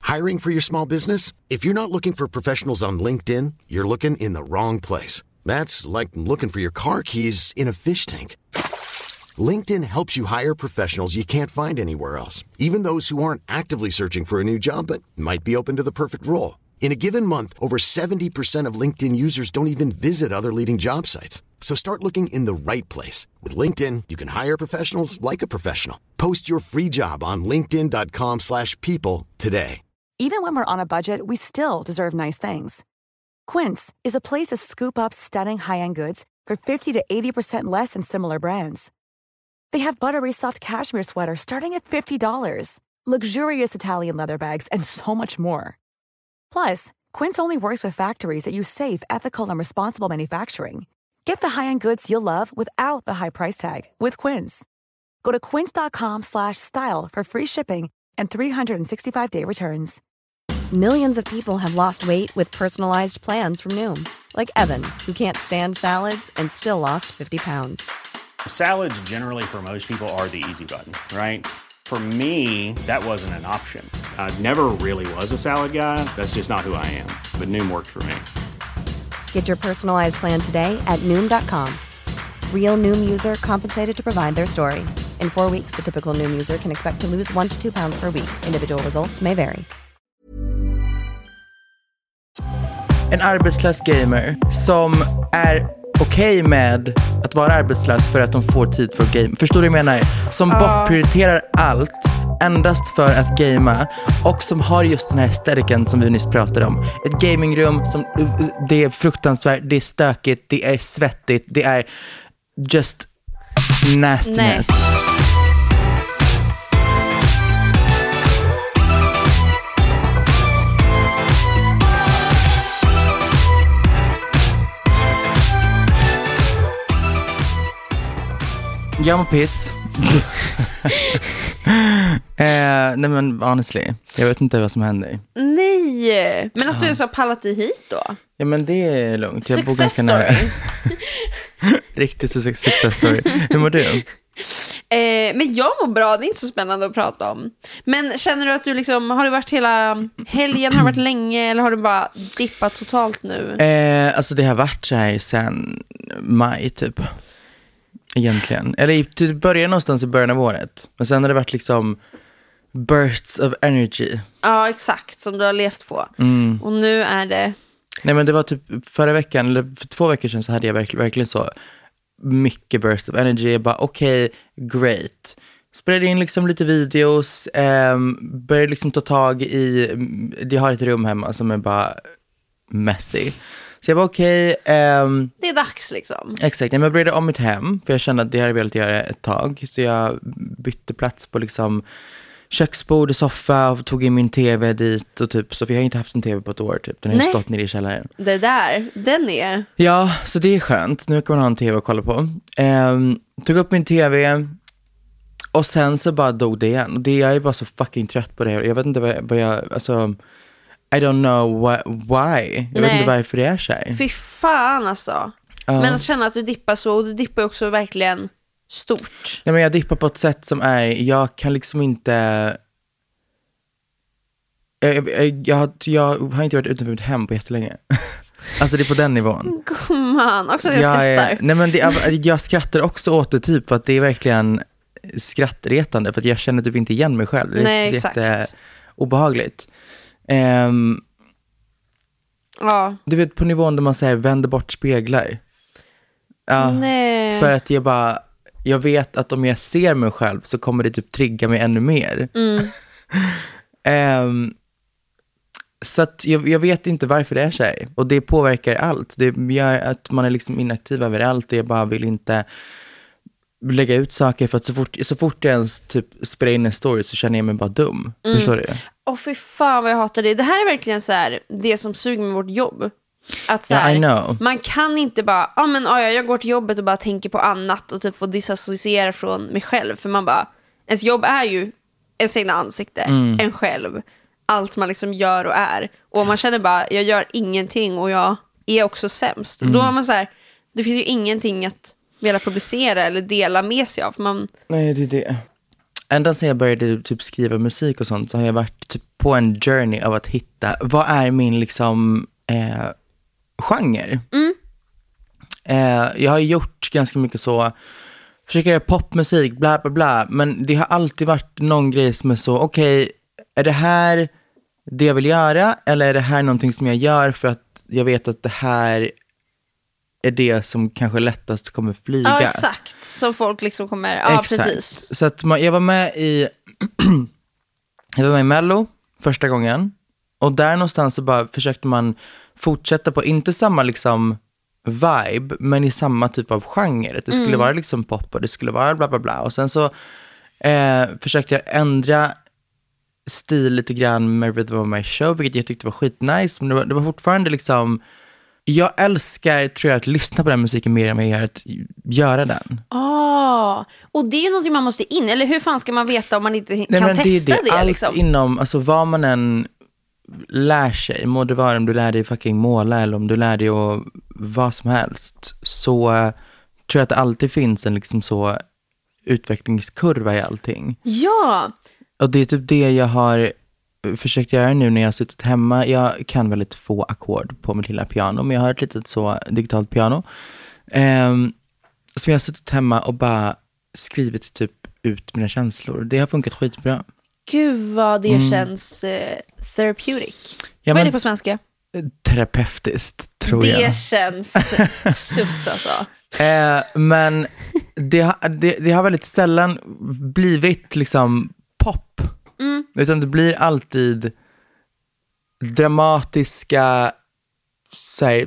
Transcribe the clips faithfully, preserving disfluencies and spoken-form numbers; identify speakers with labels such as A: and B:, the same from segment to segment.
A: Hiring for your small business? If you're not looking for professionals on LinkedIn, you're looking in the wrong place. That's like looking for your car keys in a fish tank. LinkedIn helps you hire professionals you can't find anywhere else, even those who aren't actively searching for a new job but might be open to the perfect role. In a given month, over seventy percent of LinkedIn users don't even visit other leading job sites. So start looking in the right place. With LinkedIn, you can hire professionals like a professional. Post your free job on linkedin dot com slash people today.
B: Even when we're on a budget, we still deserve nice things. Quince is a place to scoop up stunning high-end goods for fifty to eighty percent less than similar brands. They have buttery soft cashmere sweaters starting at fifty dollars, luxurious Italian leather bags, and so much more. Plus, Quince only works with factories that use safe, ethical, and responsible manufacturing. Get the high-end goods you'll love without the high price tag with Quince. Go to quince dot com slash style for free shipping and three sixty-five day returns.
C: Millions of people have lost weight with personalized plans from Noom. Like Evan, who can't stand salads and still lost fifty pounds.
D: Salads generally for most people are the easy button, right? For me, that wasn't an option. I never really was a salad guy. That's just not who I am. But Noom worked for me.
C: Get your personalized plan today at Noom dot com. Real Noom user compensated to provide their story. In four weeks, the typical Noom user can expect to lose one to two pounds per week. Individual results may vary.
E: En arbetslös gamer som är okej med att vara arbetslös för att de får tid för game. Förstår du vad jag menar? Som uh. bortprioriterar allt endast för att gamea och som har just den här stärken som vi nyss pratade om. Ett gamingrum som det är fruktansvärt, det är stökigt, det är svettigt, det är just nastiness. Nej. Jag mår piss. eh, nej men honestly, jag vet inte vad som händer.
F: Nej, men att uh. du så pallat dig hit då?
E: Ja men det är lugnt. Jag
F: success bor ganska nära.
E: Riktigt success story. Hur mår du?
F: Eh, men jag mår bra, det är inte så spännande att prata om. Men känner du att du liksom, har du varit hela helgen, har du varit länge eller har du bara dippat totalt nu?
E: Eh, alltså det har varit så här sen maj typ. Egentligen. Eller det började någonstans i början av året. Men sen har det varit liksom bursts of energy.
F: Ja, exakt. Som du har levt på.
E: Mm.
F: Och nu är det...
E: Nej, men det var typ förra veckan, eller för två veckor sedan så hade jag verkligen, verkligen så mycket burst of energy. Jag bara, okej, okay, great. Spelade in liksom lite videos. Um, började liksom ta tag i... Jag har ett rum hemma som är bara messy. Så jag var okej. Okay, um,
F: det är dags liksom.
E: Exakt, jag började om mitt hem. För jag kände att det hade jag velat göra ett tag. Så jag bytte plats på liksom köksbord och soffa. Och tog in min tv dit. Och typ, så vi har inte haft en tv på ett år. Typ. Den har ju stått nere i källaren.
F: Det där, den är...
E: Ja, så det är skönt. Nu kan man ha en tv att kolla på. Um, tog upp min tv. Och sen så bara dog det igen. Och det, jag är bara så fucking trött på det. Jag vet inte vad jag... Vad jag alltså, I don't know wh- why. Jag Nej. vet inte varför det är så här.
F: Fy fan alltså. Uh. Men att känna att du dippar så. Och du dippar också verkligen stort.
E: Nej, men jag dippar på ett sätt som är... Jag kan liksom inte... Jag, jag, jag, jag har inte varit utanför mitt hem på jättelänge. Alltså det är på den nivån.
F: Man, också att jag, jag skrattar.
E: Är, nej men det, jag skrattar också åt det typ. För att det är verkligen skrattretande. För att jag känner typ inte igen mig själv. Det är
F: nej, exakt.
E: jätte obehagligt. Um,
F: ja.
E: Du vet på nivån där man säger vänder bort speglar. Ja,
F: nej.
E: För att jag bara jag vet att om jag ser mig själv så kommer det typ trigga mig ännu mer.
F: Mm.
E: um, så att jag, jag vet inte varför det är så här. Och det påverkar allt. Det gör att man är liksom inaktiv överallt. Och jag bara vill inte lägga ut saker. För att så fort, så fort jag ens typ spelar in en story så känner jag mig bara dum. Mm. Förstår du?
F: Åh fy fan vad jag hatar det. Det här är verkligen så här, det som suger med vårt jobb. Att så här,
E: yeah,
F: man kan inte bara, ja ah, men ah, jag går till jobbet och bara tänker på annat och typ får disassociera från mig själv. För man bara, ens jobb är ju ens egna ansikte, mm. en själv. Allt man liksom gör och är. Och man känner bara, jag gör ingenting och jag är också sämst. Mm. Då har man så här, det finns ju ingenting att vilja publicera eller dela med sig av. För man...
E: Nej, det är det. ända sedan jag började typ skriva musik och sånt så har jag varit typ på en journey av att hitta vad är min liksom eh, genre.
F: Mm.
E: Eh, jag har gjort ganska mycket så, försöker göra popmusik, bla bla bla, men det har alltid varit någon grej som är så, okej, okay, är det här det jag vill göra eller är det här någonting som jag gör för att jag vet att det här är det som kanske lättast kommer flyga.
F: Ja, exakt. Som folk liksom kommer... Ja, exakt. Precis.
E: Så att man, jag var med i... jag var med i Mello första gången. Och där någonstans så bara försökte man fortsätta på, inte samma liksom vibe, men i samma typ av genre. Det skulle mm. vara liksom pop och det skulle vara bla bla bla. Och sen så eh, försökte jag ändra stil lite grann med Rhythm of My Show, vilket jag tyckte var skitnice. Men det var, det var fortfarande liksom... Jag älskar, tror jag, att lyssna på den musiken mer än vad jag gör att göra den.
F: Ah, och det är ju någonting man måste in. Eller hur fan ska man veta om man inte
E: Nej,
F: kan
E: men
F: testa
E: det?
F: det?
E: Allt
F: liksom?
E: inom, alltså vad man än lär sig, må det vara om du lär dig fucking måla eller om du lär dig att vad som helst, så uh, tror jag att det alltid finns en liksom så utvecklingskurva i allting.
F: Ja.
E: Och det är typ det jag har försökt göra nu när jag har suttit hemma. Jag kan väldigt få ackord på mitt lilla piano, men jag har ett litet så digitalt piano. Um, som jag har suttit hemma och bara skrivit typ ut mina känslor. Det har funkat skitbra.
F: Gud vad det mm. känns uh, therapeutic. Ja, vad är det på svenska?
E: Terapeutiskt, tror
F: det
E: jag.
F: Det känns sus alltså.
E: Uh, men det, har, det, det har väldigt sällan blivit liksom pop. Mm. Utan det blir alltid dramatiska, så här,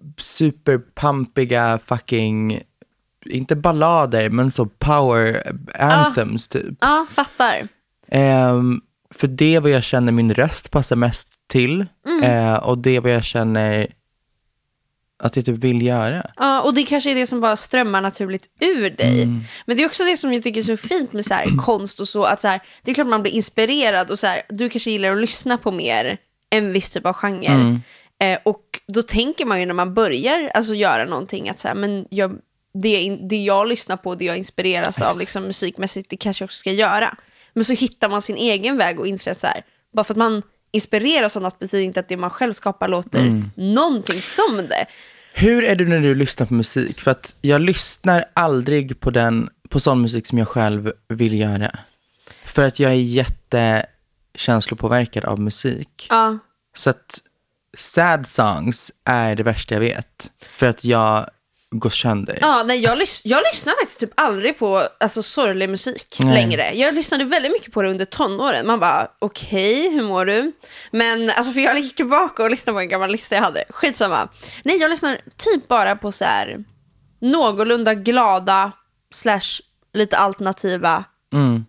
E: superpampiga fucking, inte ballader, men så power anthems
F: ja.
E: typ.
F: Ja, fattar.
E: Um, för det är vad jag känner min röst passar mest till. Mm. Uh, och det är vad jag känner att jag typ vill göra.
F: Ja, och det kanske är det som bara strömmar naturligt ur dig. Mm. Men det är också det som jag tycker är så fint med så här, konst och så, att så här, det är klart man blir inspirerad och så här, du kanske gillar att lyssna på mer en viss typ av genre. Mm. Eh, och då tänker man ju när man börjar alltså göra någonting att så här, men jag, det, det jag lyssnar på, det jag inspireras av liksom, musikmässigt, det kanske jag också ska göra. Men så hittar man sin egen väg och inser att så här, bara för att man inspireras av något betyder inte att det man själv skapar låter mm. någonting som det.
E: Hur är du när du lyssnar på musik? För att jag lyssnar aldrig på den på sån musik som jag själv vill göra. För att jag är jättekänslopåverkad av musik.
F: Ja.
E: Så att sad songs är det värsta jag vet. För att jag går sönder.
F: Ja, nej, jag, lys- jag lyssnar faktiskt typ aldrig på alltså, sorglig musik nej. längre. Jag lyssnade väldigt mycket på det under tonåren. Man bara, okej, okay, hur mår du? Men alltså, för jag gick tillbaka och lyssnade på en gammal lista jag hade. Skitsamma. Nej, jag lyssnar typ bara på så här någorlunda glada slash lite alternativa mm.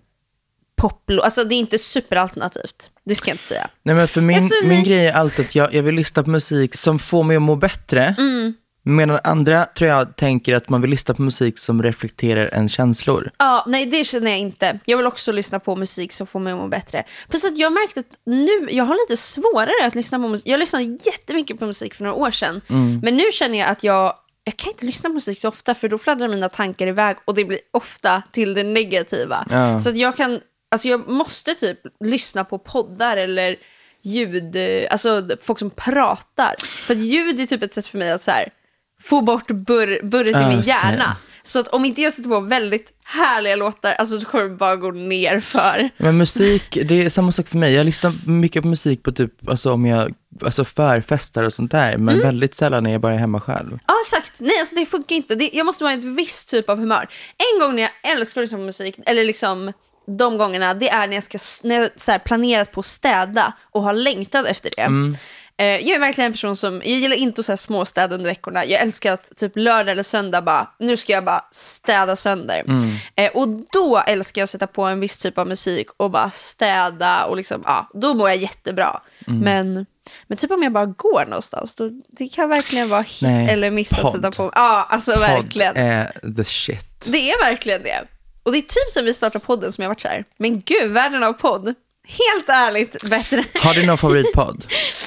F: pop. Alltså det är inte superalternativt. Det ska jag inte säga.
E: Nej, men för min, alltså, min grej är alltid att jag, jag vill lyssna på musik som får mig att må bättre.
F: Mm.
E: Medan andra tror jag tänker att man vill lyssna på musik som reflekterar en känslor.
F: Ja, nej det känner jag inte. Jag vill också lyssna på musik som får mig att må bättre. Plus att jag märkte att nu, jag har lite svårare att lyssna på musik. Jag lyssnade jättemycket på musik för några år sedan. Mm. Men nu känner jag att jag, jag kan inte lyssna på musik så ofta, för då fladdrar mina tankar iväg och det blir ofta till det negativa. Ja. Så att jag kan, alltså jag måste typ lyssna på poddar eller ljud, alltså folk som pratar. För att ljud är typ ett sätt för mig att så här få bort burr, burret i min hjärna. Så att om inte jag sätter på väldigt härliga låtar, alltså då kommer det bara gå ner för. Men
E: musik, det är samma sak för mig. Jag lyssnar mycket på musik på typ, alltså om jag, alltså förfestar och sånt där. Men mm. väldigt sällan när jag bara är hemma själv.
F: Ja, exakt. Nej, alltså det funkar inte. Det, jag måste vara i ett visst typ av humör. En gång när jag älskar liksom musik, eller liksom de gångerna, det är när jag ska när jag så här planerat på att städa och har längtat efter det. Mm. Jag är verkligen en person som, jag gillar inte att så här småstäda under veckorna. Jag älskar att typ lördag eller söndag bara, nu ska jag bara städa sönder. Mm. Eh, och då älskar jag att sätta på en viss typ av musik och bara städa och liksom, ja, då mår jag jättebra. Mm. Men, men typ om jag bara går någonstans, då, det kan verkligen vara hit Nej, eller missa att sätta på. Ja, alltså podd verkligen.
E: Är the shit.
F: Det är verkligen det. Och det är typ som vi startar podden som jag varit så här, men gud, världen av podd. Helt ärligt, bättre.
E: Har du någon favoritpodd?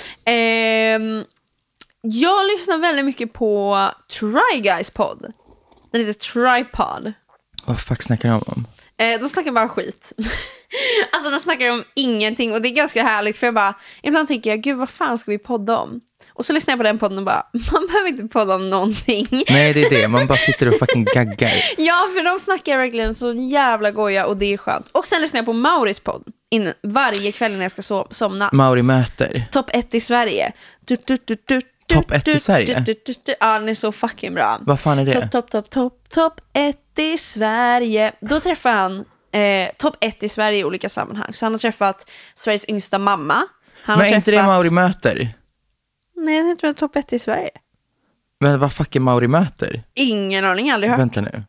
F: Um, jag lyssnar väldigt mycket på Try Guys podd. Den heter Tripod.
E: Vad fuck snackar de om?
F: Eh, de snackar bara skit. Alltså de snackar om ingenting. Och det är ganska härligt. För jag bara, ibland tänker jag, gud vad fan ska vi podda om? Och så lyssnar jag på den podden och bara, man behöver inte podda om någonting.
E: Nej, det är det. Man bara sitter och fucking gaggar.
F: Ja, för de snackar verkligen så jävla goja och det är skönt. Och sen lyssnar jag på Mauris podd in, varje kväll när jag ska so- somna.
E: Mauri möter.
F: Topp ett i Sverige. Du, du, du, du,
E: Topp ett i Sverige?
F: Du, du, du, du. Ja, den är så fucking bra.
E: Vad fan är det?
F: Topp, topp, topp, topp, topp ett i Sverige. Då träffar han eh, topp ett i Sverige i olika sammanhang. Så han har träffat Sveriges yngsta mamma. Han
E: Men
F: har
E: är inte
F: träffat...
E: det Mauri möter?
F: Nej, jag tror att topp ett i Sverige.
E: Men vad fuck är Mauri möter?
F: Ingen aning, aldrig hört.
E: Vänta nu.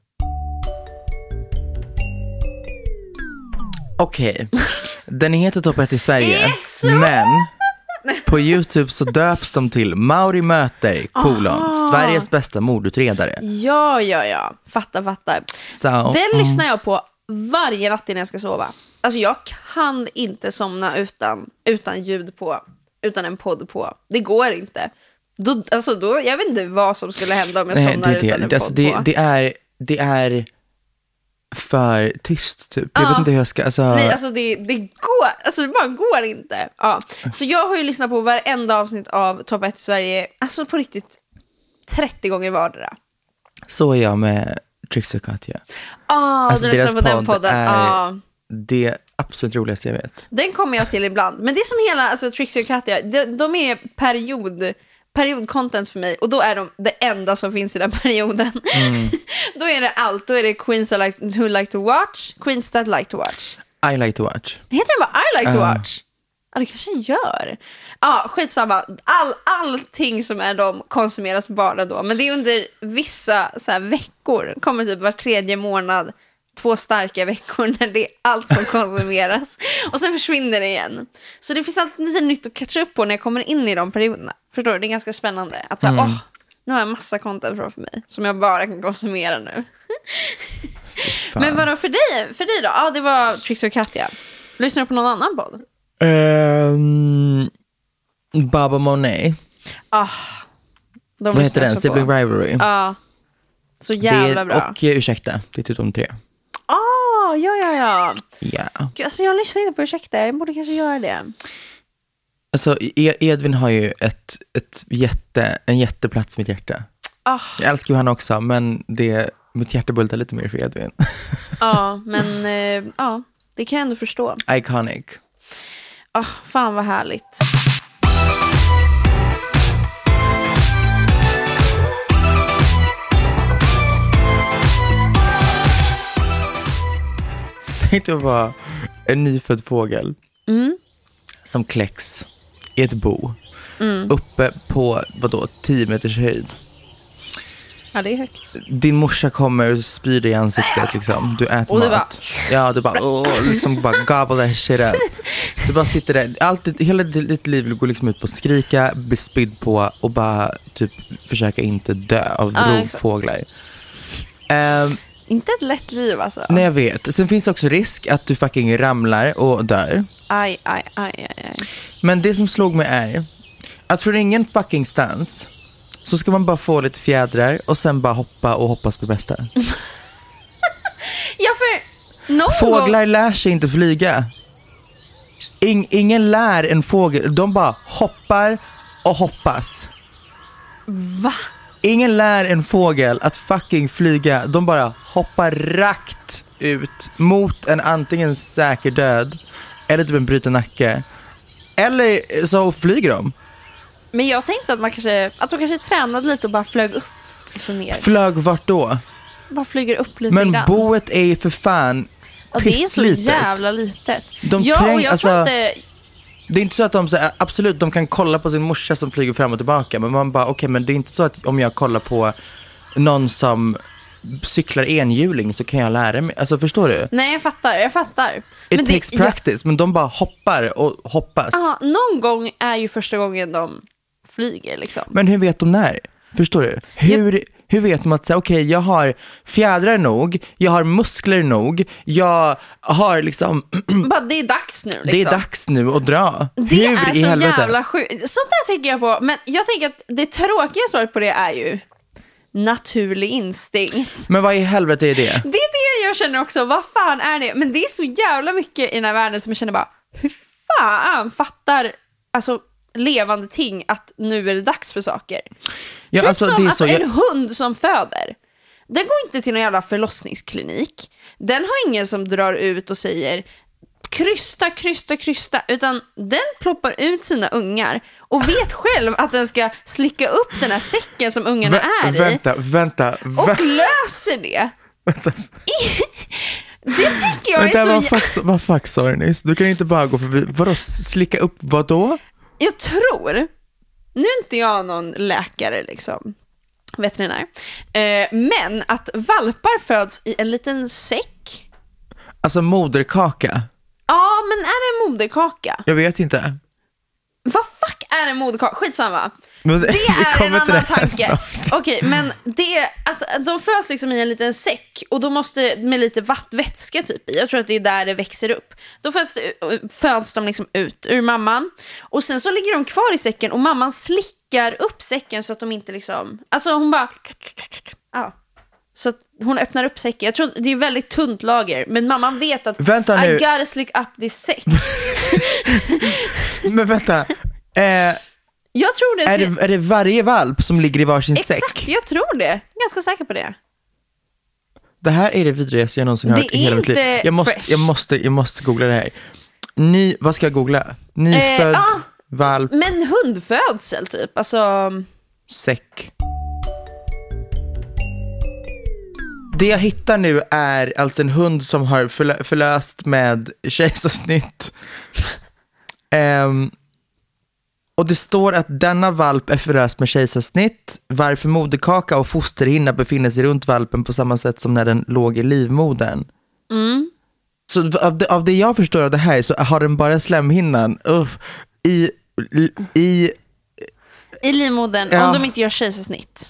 E: Okej, okay. Den heter Topp ett i Sverige.
F: Yes!
E: Men på YouTube så döps de till Mauri möter, kolon,
F: Aha.
E: Sveriges bästa mordutredare.
F: Ja, ja, ja. Fattar, fattar.
E: Så,
F: Den
E: mm.
F: lyssnar jag på varje natt innan jag ska sova. Alltså jag kan inte somna utan, utan ljud på, utan en podd på. Det går inte. Då, alltså då, jag vet inte vad som skulle hända om jag
E: Nej,
F: somnar
E: det, det,
F: utan en
E: det, alltså,
F: podd
E: det,
F: på.
E: det är det är för tyst typ. Jag
F: Ja.
E: vet inte hur jag ska alltså...
F: Nej, alltså det, det går, alltså det bara går inte. Ja. Så jag har ju lyssnat på varenda avsnitt av Topp ett i Sverige, alltså på riktigt trettio gånger vardera.
E: Så är jag med Trixie och Katja.
F: Ah,
E: Alltså,
F: du lyssnar
E: deras
F: på den
E: podd
F: podden.
E: är
F: Ah.
E: det absolut roligaste jag vet.
F: Den kommer jag till ibland. Men det är som hela, alltså Trixie och Katja, de, de är period, periodcontent för mig. Och då är de det enda som finns i den perioden. Mm. Då är det allt. Då är det Queens I like, who like to watch, Queens that like to watch.
E: I like to watch.
F: Heter det bara I like to
E: Uh.
F: watch? Ja, det kanske gör. Ja, skitsamma. All, allting som är de konsumeras bara då. Men det är under vissa så här, veckor. Kommer typ var tredje månad. Två starka veckor när det är allt som konsumeras. Och sen försvinner det igen. Så det finns alltid lite nytt att catcha upp på när jag kommer in i de perioderna. Förstår du? Det är ganska spännande. Att så här,
E: Mm.
F: åh, nu har jag massa content framför mig. Som jag bara kan konsumera nu. Men vadå för dig? För dig då? Ja, det var Trixie och Katja. Lyssnar du på någon annan podd?
E: Um, Baba Monet.
F: Ah, de
E: Vad heter
F: lyssnar
E: den?
F: också
E: Sibling
F: på.
E: Rivalry.
F: Ja, så jävla
E: det är,
F: bra.
E: Och uh, ursäkta, det är typ de tre.
F: Ah, ja, ja, ja.
E: Ja.
F: Gud, alltså jag lyssnar inte på ursäkta, jag borde kanske göra det.
E: Alltså e- Edvin har ju ett, ett jätte, en jätteplats i mitt hjärta.
F: Ah,
E: Jag älskar ju han också, men det, mitt hjärta bultar lite mer för Edvin.
F: ja, men eh, ja, det kan jag ändå förstå.
E: Iconic.
F: Ah, fan vad härligt.
E: Tänkte jag vara en nyfödd fågel
F: Mm.
E: som kläcks i ett bo
F: Mm.
E: uppe på vadå, tio meters höjd.
F: Ja, det är högt.
E: Din morsa kommer och spyr dig i ansiktet liksom. Du äter
F: Och du
E: mat. Ja, du bara, åh, liksom bara gobble that shit up. Du bara sitter där. Alltid, hela ditt liv går liksom ut på att skrika, bli spydd på och bara typ försöka inte dö av
F: Ja,
E: rovfåglar. Um,
F: Inte ett lätt liv alltså.
E: nej, jag vet. Sen finns det också risk att du fucking ramlar och dör.
F: Aj, aj, aj, aj, aj.
E: Men det som slog mig är att från ingen fucking stans så ska man bara få lite fjädrar och sen bara hoppa och hoppas på det bästa.
F: Ja, för någon
E: Fåglar
F: gång...
E: lär sig inte flyga. In, ingen lär en fågel. De bara hoppar och hoppas.
F: Va?
E: Ingen lär en fågel att fucking flyga. De bara hoppar rakt ut mot en antingen säker död eller typ en bruten nacke. Eller så flyger de.
F: Men jag tänkte att man kanske, att de kanske tränade lite och bara flög upp och så ner.
E: Flög vart då?
F: Bara flyger upp lite
E: Men
F: grann.
E: boet är ju för fan
F: Ja, det är så
E: pisslitet.
F: jävla litet.
E: De
F: ja,
E: träng-
F: och jag
E: alltså-
F: tror inte...
E: Det är inte så att de så här, absolut, de kan kolla på sin morsa som flyger fram och tillbaka. Men man bara, okej, okay, men det är inte så att om jag kollar på någon som cyklar enhjuling så kan jag lära mig. Alltså, förstår du?
F: Nej, jag fattar, jag fattar.
E: It
F: Men
E: takes
F: det,
E: practice, men de bara hoppar och hoppas.
F: Ja, någon gång är ju första gången de flyger liksom.
E: Men hur vet de när? Förstår du? Hur, hur vet man att säga, okej, okay, jag har fjädrar nog, jag har muskler nog, jag har liksom...
F: Bara, det är dags nu liksom.
E: Det är dags nu att dra.
F: Det
E: hur
F: är
E: i
F: så
E: helvete?
F: jävla sjukt. Sånt där tänker jag på. Men jag tänker att det tråkiga svaret på det är ju naturlig instinkt.
E: Men vad i helvete är det?
F: Det är det jag jag känner också, vad fan är det? Men det är så jävla mycket i den här världen som jag känner bara, hur fan fattar alltså levande ting att nu är det dags för saker. Ja, typ alltså, som det är alltså, så, en jag... hund som föder. Den går inte till någon jävla förlossningsklinik. Den har ingen som drar ut och säger krysta, krysta, krysta, utan den ploppar ut sina ungar och vet själv att den ska slicka upp den här säcken som ungarna Vä- är i.
E: Vänta, vänta.
F: Och vä- löser det.
E: Vänta.
F: Det tycker jag
E: vänta,
F: är så...
E: Vad fuck, vad fuck sa du nyss? Du kan inte bara gå förbi. Vadå, slicka upp vad då?
F: Jag tror, nu är inte jag någon läkare liksom, veterinär, eh, men att valpar föds i en liten säck.
E: Alltså moderkaka.
F: Ja, men är det en moderkaka?
E: Jag vet inte.
F: Vad fuck är en moderkaka? Skitsamma.
E: Men det,
F: det är en annan tanke. Okej, okay, men det att de föds liksom i en liten säck och då måste med lite vattvätska typ i. Jag tror att det är där det växer upp. Då föds, det, föds de liksom ut ur mamman och sen så ligger de kvar i säcken och mamman slickar upp säcken så att de inte liksom, alltså hon bara ja. Så att hon öppnar upp säcken. Jag tror det är väldigt tunt lager, men mamman vet att
E: vänta nu.
F: I gotta slick up this säck.
E: Men vänta. Eh,
F: jag tror det
E: är, det är det varje valp som ligger i varsin
F: exakt,
E: säck?
F: Exakt, jag tror det. Ganska säker på det.
E: Det här är det vidrigaste jag någonsin
F: det
E: hört i hela mitt liv. Jag måste, jag, måste, jag måste googla det här. Ny, vad ska jag googla? Nyfödd,
F: eh, ah,
E: valp.
F: Men hundfödsel typ. Alltså...
E: Säck. Det jag hittar nu är alltså en hund som har förlö- förlöst med kejsarsnitt. um, och det står att denna valp är förlöst med kejsarsnitt, varför moderkaka och fosterhinna befinner sig runt valpen på samma sätt som när den låg i livmodern.
F: Mm.
E: Så av det, av det jag förstår av det här så har den bara slemhinnan uh, i, i...
F: I livmodern, ja. Om de inte gör kejsarsnitt.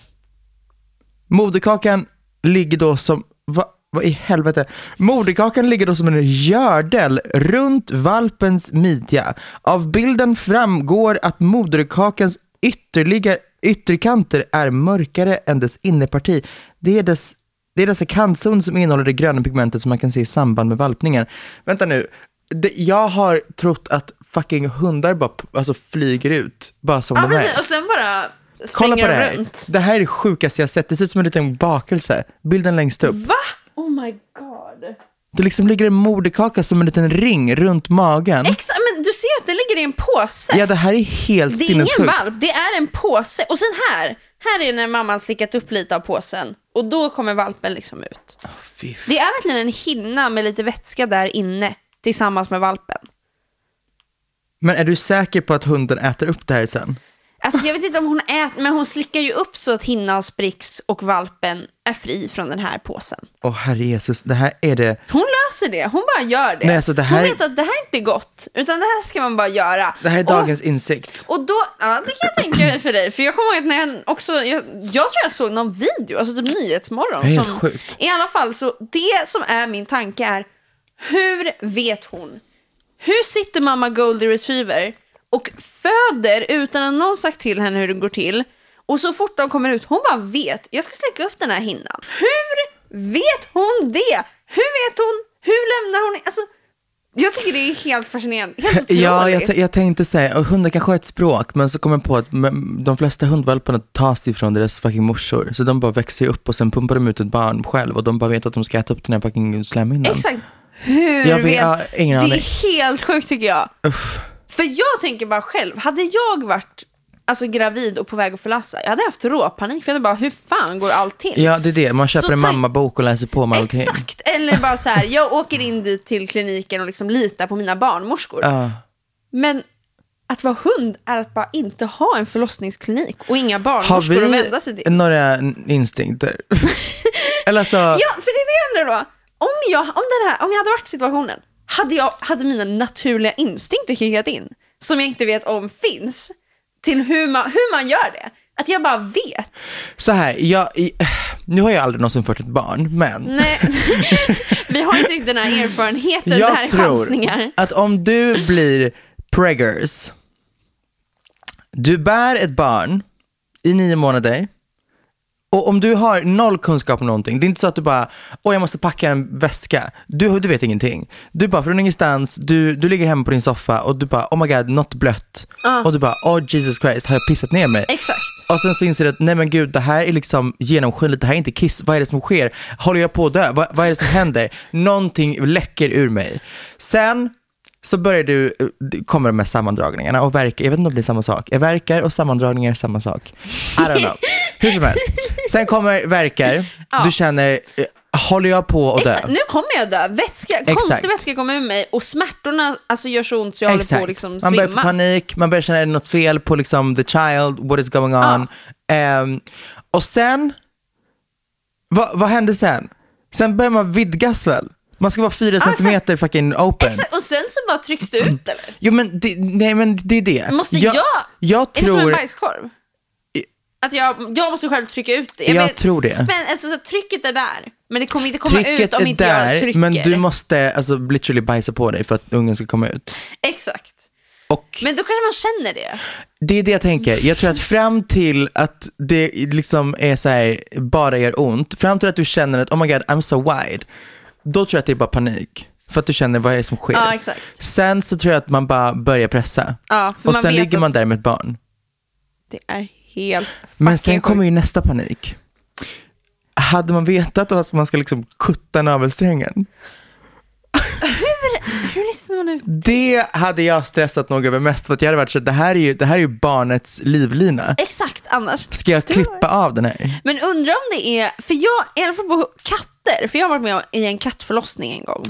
E: Moderkakan ligger då som, vad, vad i helvete? Moderkakan ligger då som en gördel runt valpens midja. Av bilden framgår att moderkakans ytterliga ytterkanter är mörkare än dess innerparti. Det är dess, det är dessa kantzon som innehåller det gröna pigmentet som man kan se i samband med valpningen. Vänta nu, det, jag har trott att fucking hundar bara alltså, flyger ut, bara som
F: ja,
E: de
F: precis.
E: är.
F: Och sen bara...
E: Kolla på det här. Runt. Det här är det sjukaste jag sett. Det ser ut som en liten bakelse. Bilden längst upp.
F: Va? Oh my god.
E: Det liksom ligger en moderkaka som en liten ring runt magen.
F: Exakt, men du ser att det ligger i en påse.
E: Ja, det här är helt
F: sinnessjukt. Det är ingen valp, det är en påse. Och sen här, här är när mamman slickat upp lite av påsen. Och då kommer valpen liksom ut.
E: Oh,
F: det är verkligen en hinna med lite vätska där inne tillsammans med valpen.
E: Men är du säker på att hunden äter upp det här sen?
F: Alltså jag vet inte om hon äter, men hon slickar ju upp så att hinnan spricks och valpen är fri från den här påsen.
E: Åh oh, herre Jesus, det här är det.
F: Hon löser det, hon bara gör det.
E: Nej, alltså det här...
F: Hon vet att det här är inte gott, utan det här ska man bara göra.
E: Det här är dagens och, insikt.
F: Och då, ja det kan jag tänka mig för dig. För jag kommer ihåg att när jag också, jag, jag tror jag såg någon video, alltså typ Nyhetsmorgon.
E: Helt
F: som,
E: sjukt.
F: I alla fall, så det som är min tanke är, hur vet hon? Hur sitter mamma Goldie Retriever och föder utan att någon sagt till henne hur det går till? Och så fort de kommer ut, hon bara vet, jag ska släcka upp den här hinnan. Hur vet hon det? Hur vet hon? Hur lämnar hon? Alltså, jag tycker det är helt fascinerande. Helt otroligt.
E: Ja, jag, t- jag tänkte säga, och hundar kanske har ett språk, men så kommer jag på att de flesta hundvalparna tas ifrån deras fucking morsor. Så de bara växer upp och sen pumpar de ut ett barn själv och de bara vet att de ska äta upp den här fucking slemhinnan.
F: Exakt. Hur
E: jag vet,
F: vet?
E: Ja, ingen
F: det
E: aning.
F: är helt sjukt tycker jag.
E: Uff.
F: För jag tänker bara själv, hade jag varit alltså gravid och på väg att förlösa, jag hade haft råpanik för jag hade bara, hur fan går allt till?
E: Ja, det är det. Man köper så en ta... mammabok och läser på med allting.
F: Exakt, eller bara så här, jag åker in dit till kliniken och liksom litar på mina barnmorskor.
E: Uh.
F: Men att vara hund är att bara inte ha en förlossningsklinik och inga barnmorskor att vända sig till.
E: Har vi några instinkter? Eller så...
F: Ja, för det är det undrar då. Om jag, om, den här, om jag hade varit i situationen, hade, jag, hade mina naturliga instinkter kickat in, som jag inte vet om finns, till hur man, hur man gör det. Att jag bara vet.
E: Så här, jag, nu har jag aldrig någonsin fått ett barn, men...
F: Nej, vi har inte riktigt den här erfarenheten,
E: jag
F: det här är chansningar.
E: tror att om du blir preggers, du bär ett barn i nio månader Och om du har noll kunskap om någonting, det är inte så att du bara, åh jag måste packa en väska. Du, du vet ingenting. Du bara från ingenstans, du, du ligger hemma på din soffa och du bara, oh my god, något blött. Uh. Och du bara, oh Jesus Christ, har jag pissat ner mig?
F: Exakt.
E: Och sen så inser du att, nej men gud, det här är liksom genomskinligt, det här är inte kiss, vad är det som sker? Håller jag på att dö? Vad, vad är det som händer? Någonting läcker ur mig. Sen så börjar du, kommer med sammandragningarna och verkar, jag vet inte om det blir samma sak. Jag verkar och sammandragningar är samma sak. I don't know. Hur som helst. Sen kommer verkar, ja. Du känner, håller jag på att dö?
F: Exakt. Nu kommer jag dö. Vätska, konstig vätska kommer ur mig och smärtorna alltså, gör så ont så jag Exakt. håller på att liksom svimma.
E: Man börjar få panik, man börjar känna är det något fel på liksom the child, what is going on. Ja. Um, och sen, vad, vad händer sen? Sen börjar man vidgas väl? Man ska vara fyra ah, centimeter fucking open.
F: Exakt. Och sen så bara trycks det ut, eller?
E: Jo, men det, nej, men det är det.
F: Måste jag... jag,
E: jag tror...
F: Är det som en bajskorv? Att jag, jag måste själv trycka ut det.
E: Jag, jag
F: vet,
E: tror det.
F: Spän, alltså, så trycket är där. Men det kommer inte komma
E: trycket
F: ut om inte
E: där,
F: jag trycker.
E: Men du måste alltså, literally bajsa på dig för att ungen ska komma ut.
F: Exakt.
E: Och
F: men då kanske man känner det.
E: Det är det jag tänker. Jag tror att fram till att det liksom är så här, bara gör ont. Fram till att du känner att oh my god, I'm so wide. Då tror jag att det är bara panik. För att du känner vad är det som sker.
F: Ja, exakt.
E: Sen så tror jag att man bara börjar pressa.
F: Ja, för
E: och
F: man
E: sen
F: vet
E: ligger man där med ett barn.
F: Det är helt
E: Men sen kommer ju nästa panik. Hade man vetat att man ska liksom kutta navelsträngen?
F: Hur, hur listar man ut?
E: Det hade jag stressat nog över mest. För att jag hade varit så att det här är ju, det här är ju barnets livlina.
F: Exakt, annars
E: ska jag klippa av den här?
F: Men undrar om det är, för jag, i alla fall på katter, för jag har varit med i en kattförlossning en gång.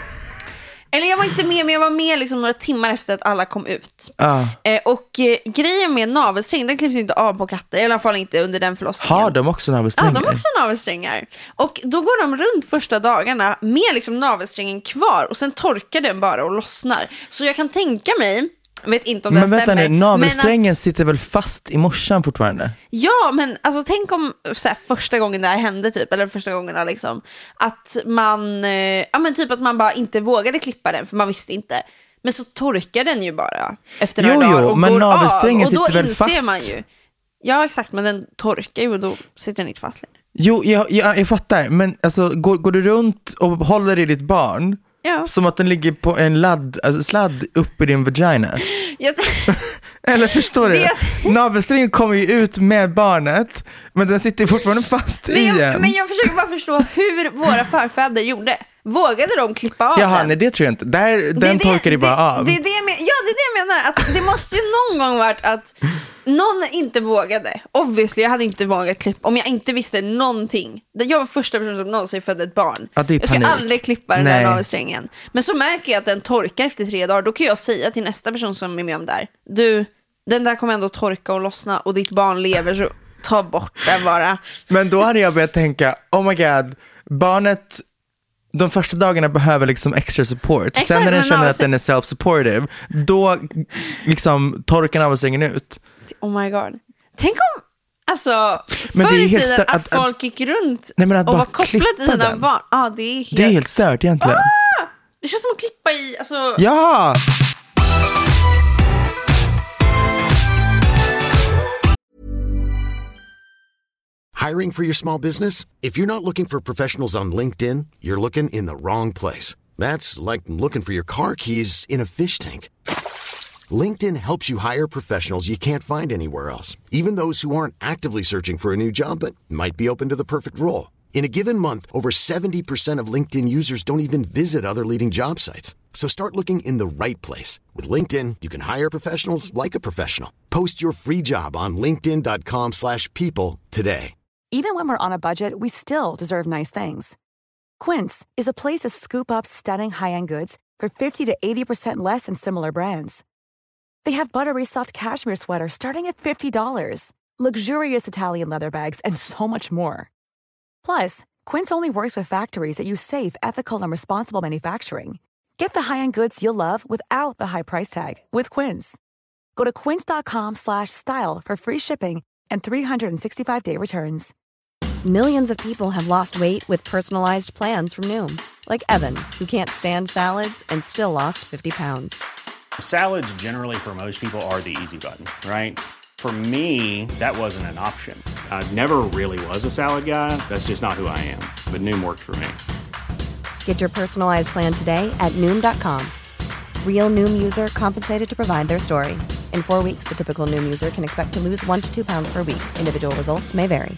F: Eller jag var inte med, men jag var med liksom några timmar efter att alla kom ut.
E: Ah.
F: Eh, och eh, grejen med navelsträng, den klipps inte av på katter. I alla fall inte under den förlossningen.
E: Har de också navelsträngar?
F: Ja, de har också navelsträngar. Och då går de runt första dagarna med liksom navelsträngen kvar. Och sen torkar den bara och lossnar. Så jag kan tänka mig, jag vet inte om det
E: men
F: stämmer.
E: Men vänta nu, navelsträngen
F: att,
E: sitter väl fast i morsan fortfarande?
F: Ja, men alltså tänk om så här, första gången det här hände typ, eller första gångerna liksom, att man, eh, ja men typ att man bara inte vågade klippa den för man visste inte. Men så torkar den ju bara efter några
E: jo,
F: dagar
E: jo,
F: och
E: men
F: går
E: navelsträngen
F: av. Och då
E: sitter väl
F: inser
E: fast?
F: man ju. Ja, exakt, men den torkar ju och då sitter den inte fast längre.
E: Jo, jag, jag, jag fattar, men alltså går, går du runt och håller i ditt barn? Ja. Som att den ligger på en ladd, alltså sladd upp i din vagina. Jag Eller förstår du? Det... Navelsträngen kommer ju ut med barnet, men den sitter fortfarande fast
F: men
E: i
F: jag,
E: en.
F: Men jag försöker bara förstå hur våra förfäder gjorde. Vågade de klippa av
E: Jaha,
F: den?
E: nej det tror jag inte. Där,
F: det
E: den
F: det,
E: torkar de bara
F: det,
E: av.
F: Det är det jag men, ja, det är det jag menar. Att det måste ju någon gång varit att någon inte vågade. Obviously, jag hade inte vågat klippa om jag inte visste någonting. Jag var första personen som någonsin födde ett barn.
E: Ja, jag
F: skulle aldrig klippa den nej. där navelsträngen. Men så märker jag att den torkar efter tre dagar. Då kan jag säga till nästa person som är med om där. Du, den där kommer ändå torka och lossna och ditt barn lever, så ta bort den bara.
E: Men då hade jag börjat tänka, oh my god, barnet de första dagarna behöver liksom extra support. Exakt, sen när den känner att den är self-supportive, då liksom torkar navelsträngen ut.
F: Oh my god. Tänk om, alltså,
E: men
F: förr
E: det är
F: i
E: helt
F: tiden
E: stört,
F: att, att folk gick runt
E: nej, men att
F: och var kopplade till sina
E: den.
F: barn. Ah, det, är helt...
E: det är helt stört egentligen.
F: Ah! Det känns som att klippa i, alltså...
E: Ja!
A: Hiring for your small business? If you're not looking for professionals on LinkedIn, you're looking in the wrong place. That's like looking for your car keys in a fish tank. LinkedIn helps you hire professionals you can't find anywhere else, even those who aren't actively searching for a new job but might be open to the perfect role. In a given month, over seventy percent of LinkedIn users don't even visit other leading job sites. So start looking in the right place. With LinkedIn, you can hire professionals like a professional. Post your free job on linkedin dot com slash people today.
B: Even when we're on a budget, we still deserve nice things. Quince is a place to scoop up stunning high-end goods for fifty to eighty percent less than similar brands. They have buttery soft cashmere sweaters starting at fifty dollars, luxurious Italian leather bags, and so much more. Plus, Quince only works with factories that use safe, ethical, and responsible manufacturing. Get the high-end goods you'll love without the high price tag with Quince. Go to quince dot com slash style for free shipping and three sixty-five day returns.
C: Millions of people have lost weight with personalized plans from Noom. Like Evan, who can't stand salads and still lost fifty pounds.
D: Salads generally for most people are the easy button, right? For me, that wasn't an option. I never really was a salad guy. That's just not who I am. But Noom worked for me.
C: Get your personalized plan today at Noom dot com. Real Noom user compensated to provide their story. In four weeks, the typical Noom user can expect to lose one to two pounds per week. Individual results may vary.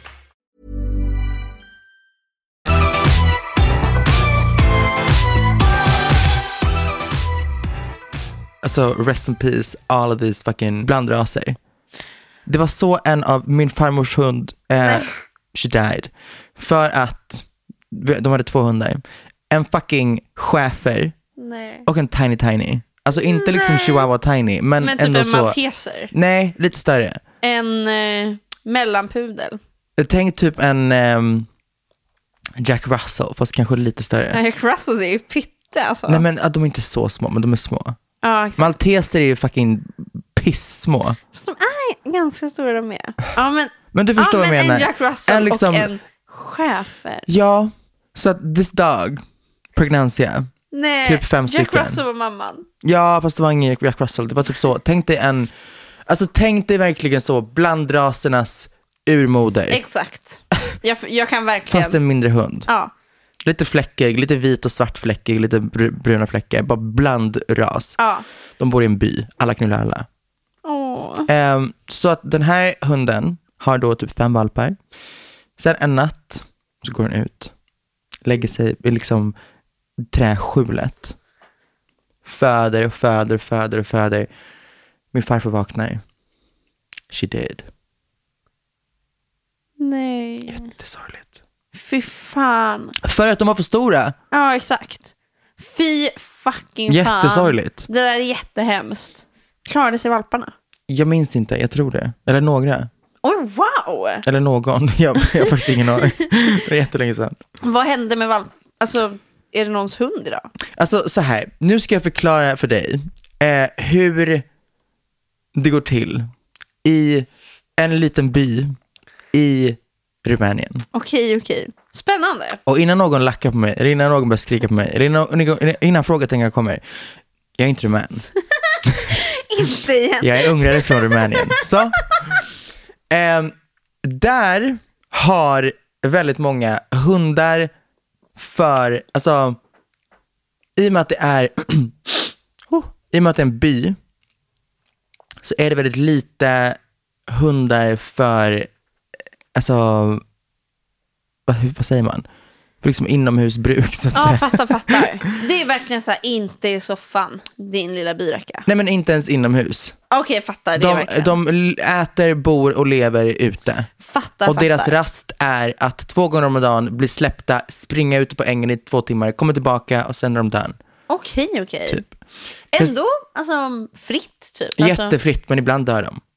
E: Alltså, rest in peace, all of these fucking blandraser. Det var så en av min farmors hund, eh, she died. För att de hade två hundar. En fucking schäfer
F: Nej.
E: och en tiny tiny. Alltså inte liksom
F: Nej.
E: chihuahua tiny, men,
F: men typ
E: ändå
F: en
E: så.
F: malteser.
E: Nej, lite större.
F: En eh, mellanpudel.
E: Tänk typ en um, Jack Russell, fast kanske lite större.
F: Jack Russell är ju pytte alltså.
E: Nej, men att de är inte så små, men de är små.
F: Ja, exakt.
E: Malteser är ju fucking pissmå.
F: Fast de är ganska stora de är. Ja, men,
E: Men du förstår
F: ja,
E: vad jag
F: men
E: menar.
F: en Jack Russell
E: En liksom-
F: och en schäfer.
E: Ja, så att this dog, Pregnancia,
F: Nej,
E: typ fem
F: Jack
E: stycken.
F: Russell var mamman.
E: Ja, fast det var ingen Jack Russell. Det var typ så, tänk dig en, alltså tänk dig verkligen så, blandrasernas urmoder.
F: Exakt. Jag, jag kan verkligen.
E: Fast en mindre hund.
F: Ja.
E: Lite fläckig, lite vit och svart fläckig, lite br- bruna fläckar. Bara blandras.
F: Ja.
E: De bor i en by, alla knullar alla.
F: Åh.
E: Um, så att den här hunden har då typ fem valpar. Sen en natt så går den ut, lägger sig i liksom träskjulet, föder och föder och föder och föder. Min farfar vaknar. She did.
F: Nej.
E: Jättesorgligt.
F: Fy fan.
E: För att de var för stora.
F: Ja, exakt. Fy fucking fan.
E: Jättesorgligt.
F: Det där är jättehemskt. Klarade sig valparna?
E: Jag minns inte, jag tror det. Eller några.
F: Oh, wow.
E: Eller någon. Jag, jag har faktiskt ingen aning. Det är jättelänge sedan.
F: Vad hände med valp? Alltså, är det någons hund idag?
E: Alltså så här, nu ska jag förklara för dig eh, hur det går till i en liten by i Rumänien.
F: Okej, okej. Spännande.
E: Och innan någon lackar på mig, eller innan någon börjar skrika på mig, eller innan, innan frågetecken kommer, jag är inte rumän.
F: Inte igen.
E: Jag är ungrare från Rumänien. Så, eh, där har väldigt många hundar för, alltså, i och med att det är, oh, i och med att det är en by, så är det väldigt lite hundar för, alltså, vad, vad säger man? För liksom inomhusbruk, så att
F: Ja,
E: säga.
F: fattar, fattar. Det är verkligen så här, inte i soffan, din lilla byracka.
E: Nej, men inte ens inomhus.
F: Okej, fattar. Det är
E: De,
F: verkligen.
E: de äter, bor och lever ute.
F: Fattar,
E: Och
F: fattar.
E: deras rast är att två gånger om dagen blir släppta, springa ute på ängen i två timmar, kommer tillbaka och sen är de done.
F: Okej, okej.
E: Typ.
F: Ändå, alltså, fritt typ. Alltså,
E: Jättefritt, men ibland dör de.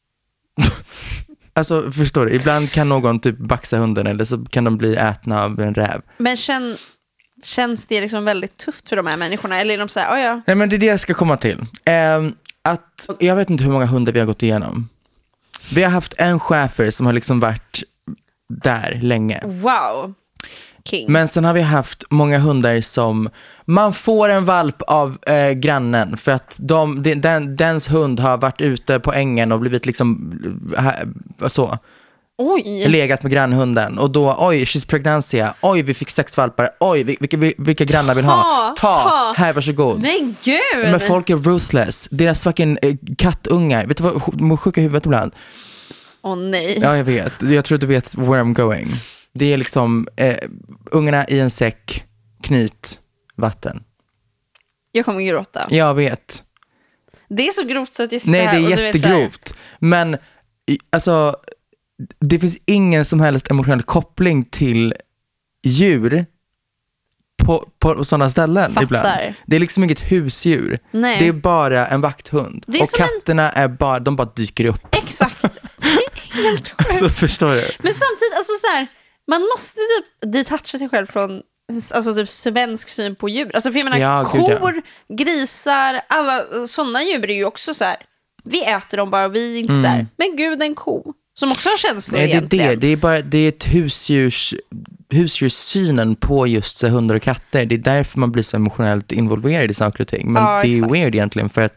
E: Alltså, förstår du? Ibland kan någon typ baxa hunden, eller så kan de bli ätna av en räv.
F: men känn, känns det liksom väldigt tufft för de här människorna? Eller är de så här, oh ja.
E: Nej, men det är det jag ska komma till. Ehm, att, jag vet inte hur många hundar vi har gått igenom. Vi har haft en schäfer som har liksom varit där länge.
F: Wow. King.
E: Men sen har vi haft många hundar som man får en valp av eh, grannen för att de, de, den, dens hund har varit ute på ängen och blivit liksom här, så,
F: Oj.
E: legat med grannhunden och då, oj, she's Pregnancia, oj, vi fick sex valpar, oj, vilka, vilka grannar vill ha, ta,
F: ta.
E: här, varsågod.
F: Men gud.
E: Men folk är ruthless, deras fucking eh, kattungar, vet du vad, de är sjuka i huvudet ibland.
F: Åh oh, nej.
E: Ja, jag vet, jag tror du vet where I'm going. Det är liksom eh, ungarna i en säck, knyt, vatten.
F: Jag kommer gråta.
E: Jag vet.
F: Det är så grovt så att jag sitter
E: Nej,
F: här
E: det är
F: och du vet så här-
E: jättegrovt. Men i- alltså, det finns ingen som helst emotionell koppling till djur på, på sådana ställen
F: Fattar.
E: ibland. Det är liksom inget husdjur.
F: Nej.
E: Det är bara en vakthund.
F: Det är
E: Och
F: som en-
E: katterna är bara, de bara dyker upp.
F: Exakt. Det är helt sjukt.
E: Alltså, förstår du?
F: Men samtidigt, alltså så här, man måste typ detacha sig själv från alltså typ svensk syn på djur. Alltså för jag menar,
E: Ja, gud, ja.
F: kor, grisar, alla sådana djur är ju också så här, vi äter dem bara, vi är inte så här, men gud, en ko som också har känslor
E: Nej, det är
F: egentligen.
E: det. Det är bara, det är ett husdjurs, husdjurssynen på just så, hundar och katter. Det är därför man blir så emotionellt involverad i saker och ting. Men
F: Ja,
E: det är
F: exakt.
E: weird egentligen för att,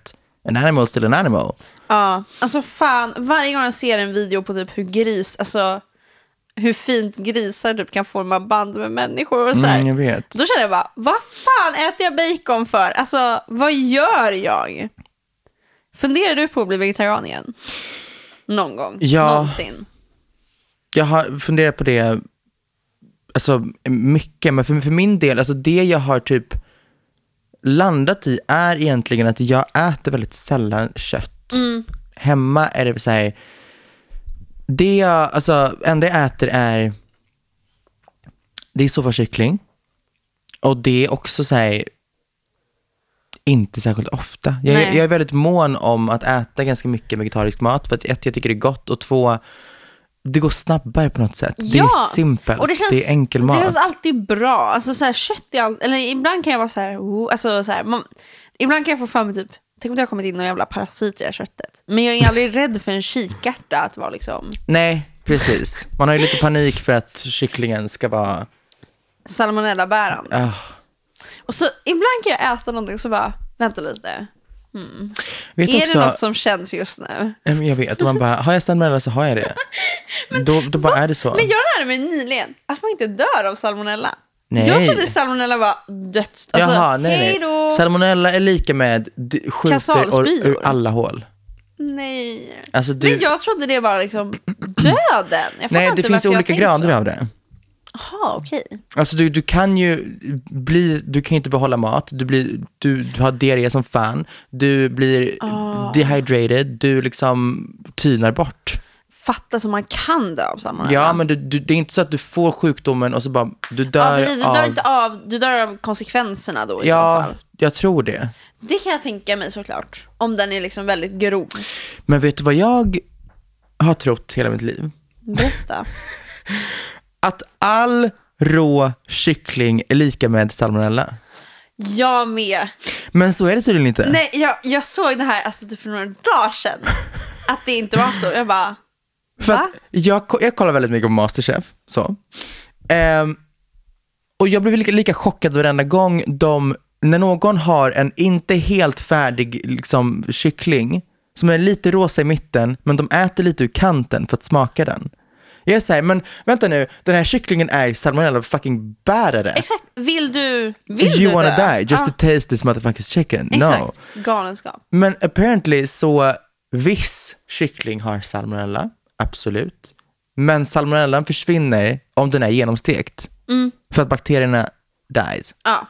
E: an animal still an animal.
F: Ja, alltså fan, varje gång jag ser en video på typ hur gris, alltså hur fint grisar typ kan forma band med människor och så här.
E: Mm, jag vet.
F: Då känner jag bara, vad fan äter jag bacon för? Alltså, vad gör jag? Funderar du på att bli vegetarian igen? Någon gång?
E: Ja.
F: Någonsin?
E: Jag har funderat på det alltså mycket, men för, för min del, alltså det jag har typ landat i är egentligen att jag äter väldigt sällan kött.
F: Mm.
E: Hemma är det så här, det jag, alltså enda jag äter är det är sofakyckling, och det är också så här inte särskilt ofta. Jag, jag är väldigt mån om att äta ganska mycket vegetarisk mat, för att ett, jag tycker det är gott, och två, det går snabbare på något sätt. Ja, det är simpelt, och det, känns, det är enkel mat.
F: Det känns alltid bra. Alltså så här, kött är all, eller ibland kan jag vara så här, oh, alltså så här man, ibland kan jag få för mig typ, tänk om det har kommit in några jävla parasiter i det här köttet. Men jag är aldrig rädd för en kikärta att vara liksom. Nej,
E: precis. Man har ju lite panik för att kycklingen ska vara
F: salmonella-bärande.
E: Oh.
F: Och så ibland kan jag äta någonting så bara, vänta lite. Mm.
E: Vet
F: är
E: också,
F: det något som känns just nu?
E: Jag vet, man bara, har jag salmonella så har jag det. Men, då då bara va? Är det så.
F: Men jag lärde mig nyligen att man inte dör av salmonella.
E: Nej.
F: Jag trodde salmonella var dött. Alltså,
E: Jaha, nej, nej. Salmonella är lika med d- skjuter or, ur alla hål.
F: Nej.
E: Alltså, du...
F: Men jag trodde det var liksom döden. Jag
E: nej, det finns olika grader av det.
F: Jaha, okej. Okay.
E: Alltså du, du kan ju bli, du kan inte behålla mat, du, blir, du, du har diarré som fan, du blir oh. dehydrated, du liksom tynar bort.
F: Fatta som man kan dö av salmonella.
E: Ja, men du, du, det är inte så att du får sjukdomen och så bara, du dör,
F: ja, precis, du
E: av...
F: dör inte av, du dör av konsekvenserna då i
E: ja,
F: så fall.
E: Ja, jag tror det.
F: Det kan jag tänka mig såklart, om den är liksom väldigt grov.
E: Men vet du vad jag har trott hela mitt liv?
F: Berätta.
E: Att all rå kyckling är lika med salmonella.
F: Jag med.
E: Men så är det tydligen inte.
F: Nej, jag, jag såg det här alltså, typ för några dagar sedan. Att det inte var så. Jag bara,
E: för att jag, jag kollar väldigt mycket på MasterChef. Så. Um, och jag blev lika, lika chockad varenda gång de, när någon har en inte helt färdig liksom, kyckling som är lite rosa i mitten, men de äter lite ur kanten för att smaka den. Jag säger, men vänta nu, den här kycklingen är salmonella fucking bärare.
F: Exakt, vill du vill
E: You
F: du
E: wanna
F: dö?
E: die, just ah. to taste this motherfucker's chicken.
F: Exakt.
E: No.
F: Galenskap.
E: Men apparently så viss kyckling har salmonella, absolut. Men salmonellan försvinner om den är genomstekt.
F: Mm.
E: För att bakterierna dies.
F: Ja.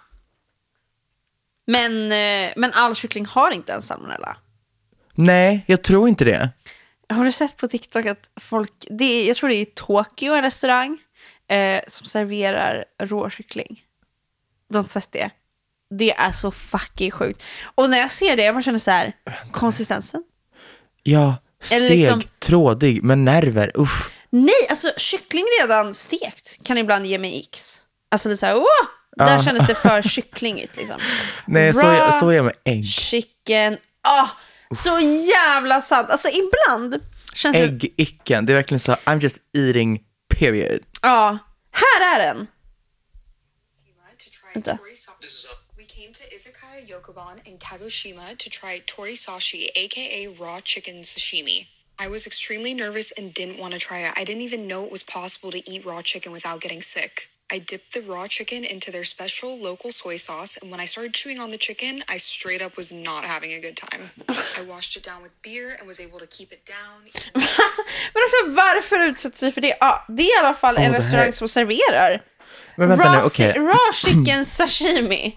F: Men, men all kyckling har inte en salmonella.
E: Nej, jag tror inte det.
F: Har du sett på TikTok att folk, det är, jag tror det är i Tokyo, en restaurang eh, som serverar råkyckling. Du har inte sett det? Det är så fucking sjukt. Och när jag ser det, jag bara känner så här, konsistensen.
E: Ja, seg, liksom, trådig, med nerver, uff.
F: Nej, alltså kyckling redan stekt kan ibland ge mig x. Alltså det är så här, åh! Där ah. kändes det för kycklingigt liksom.
E: Nej, så är, så är jag med ägg.
F: Chicken, ah! Så jävla sant. Alltså ibland känns det...
E: Ägg-icken, det är verkligen så, I'm just eating, period.
F: Ja, här är den. Vänta.
G: We came to Izakaya Yokoban in Kagoshima to try torisashi, aka raw chicken sashimi. I was extremely nervous and didn't want to try it. I didn't even know it was possible to eat raw chicken without getting sick. I dipped the raw chicken into their special local soy sauce, and when I started chewing on the chicken, I straight up was not having a good time. I washed it down with beer and was able to keep it down.
F: Men alltså, men alltså varför utsätta sig för det? Ja, det är i alla fall en oh, restaurang här... som serverar
E: men vänta
F: raw,
E: nu, okay.
F: raw chicken sashimi.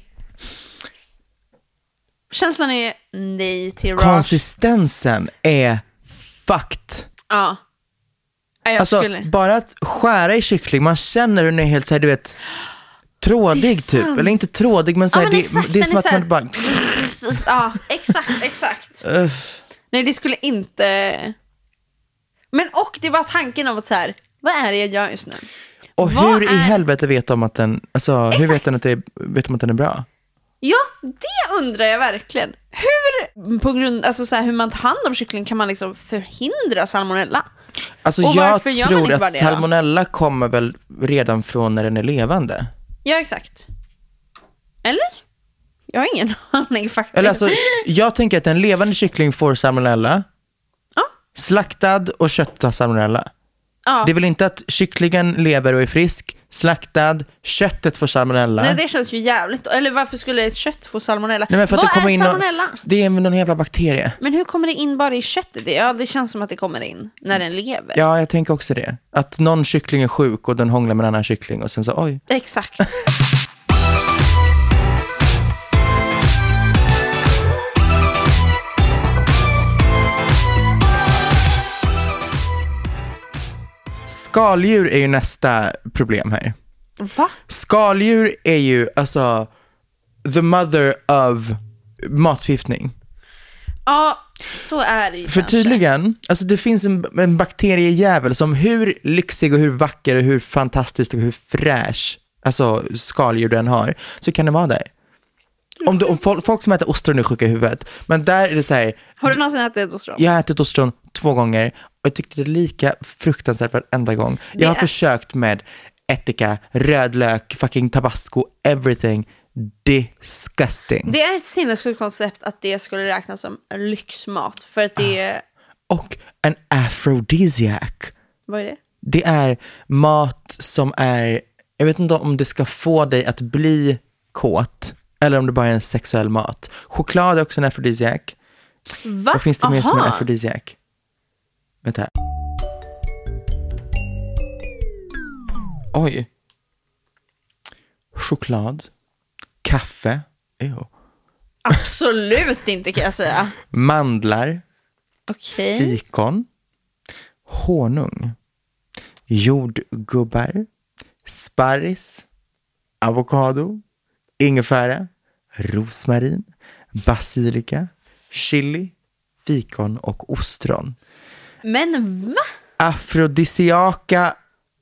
F: Känslan är nej till raw.
E: Konsistensen är fucked.
F: Ja. Jag
E: alltså,
F: skulle...
E: bara att skära i kyckling, man känner hur den är helt så här, du vet, trådig typ. Eller inte trådig, men så här, ja, men det, exakt, det är som att man bara...
F: Ja, exakt, exakt. Uh. Nej, det skulle inte... Men och det var tanken av att så här, vad är det jag gör just nu?
E: Och
F: vad
E: hur
F: är...
E: i helvete vet de att den, alltså, hur vet den att det är, vet de att den är bra?
F: Ja, det undrar jag verkligen. Hur, på grund, alltså så här, hur man tar hand om kyckling kan man liksom förhindra salmonella?
E: Alltså
F: och
E: jag tror att
F: det,
E: salmonella kommer väl redan från när den är levande.
F: Ja, exakt. Eller? Jag har ingen aning faktiskt.
E: Eller alltså, jag tänker att en levande kyckling får salmonella.
F: Ja.
E: Slaktad och kött har salmonella.
F: Ja.
E: Det är väl inte att kycklingen lever och är frisk, slaktad, köttet får salmonella.
F: Nej, det känns ju jävligt. Eller varför skulle ett kött få salmonella?
E: Nej, men för att
F: Vad
E: det kommer
F: är
E: in
F: salmonella?
E: Någon, det är någon jävla bakterie.
F: Men hur kommer det in bara i köttet? Ja, det känns som att det kommer in när den lever.
E: Ja, jag tänker också det. Att någon kyckling är sjuk och den hånglar med en annan kyckling och sen så, oj.
F: Exakt.
E: Skaldjur är ju nästa problem här.
F: Va?
E: Skaldjur är ju alltså the mother of matförgiftning.
F: Ja, så är det ju.
E: För
F: kanske.
E: tydligen, alltså det finns en, en bakteriejävel som hur lyxig och hur vacker och hur fantastisk och hur fräsch alltså skaldjur den har, så kan det vara där. Om, du, om folk, folk som äter ostron är sjuka i huvudet. Men där är det så här.
F: Har du någonsin ätit ostron?
E: Jag har ätit ostron två gånger och jag tyckte det är lika fruktansvärt varenda gång. Jag har
F: är...
E: försökt med ättika, rödlök, fucking tabasco, everything. Disgusting.
F: Det är ett sinnessjukt koncept att det skulle räknas som en lyxmat. För att det är...
E: Och en aphrodisiac.
F: Vad är det?
E: Det är mat som är, jag vet inte om det ska få dig att bli kåt eller om det bara är en sexuell mat. Choklad är också en aphrodisiac.
F: Va?
E: Vad finns det mer
F: Aha.
E: som är en aphrodisiac? Vänta här. Oj. Choklad. Kaffe. Ew.
F: Absolut inte, kan jag säga.
E: Mandlar.
F: Okej.
E: Fikon. Honung. Jordgubbar. Sparris. Avokado. Ingefära. Rosmarin. Basilika. Chili. Fikon och ostron.
F: Men va?
E: Afrodisiaka.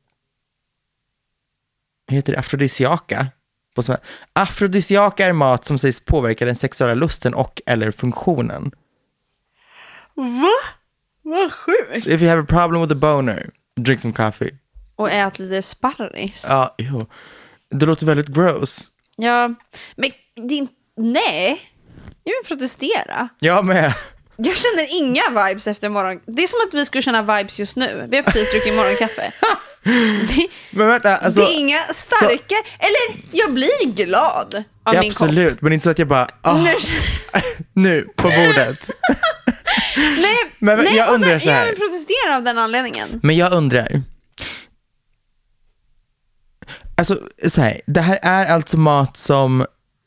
E: Heter det afrodisiaka? På svenska. Afrodisiaka är mat som sägs påverka den sexuella lusten och eller funktionen.
F: Va? Vad sjukt.
E: So if you have a problem with a boner, drink some coffee.
F: Och ät lite sparris.
E: Ja, jo. Det låter väldigt gross.
F: Ja, men din... Nej. Jag vill protestera.
E: Jag med.
F: Jag känner inga vibes efter morgon. Det är som att vi skulle känna vibes just nu. Vi har precis druckit morgonkaffe. Det,
E: Men vänta, alltså,
F: det är inga starka... Så, eller, jag blir glad av
E: ja,
F: min kopp.
E: absolut, men inte så att jag bara... Oh,
F: Nu,
E: nu, på bordet.
F: nej,
E: Men
F: nej,
E: jag undrar
F: den,
E: så här.
F: jag vill protestera av den anledningen.
E: Men jag undrar... Alltså, så här, det här är alltså mat som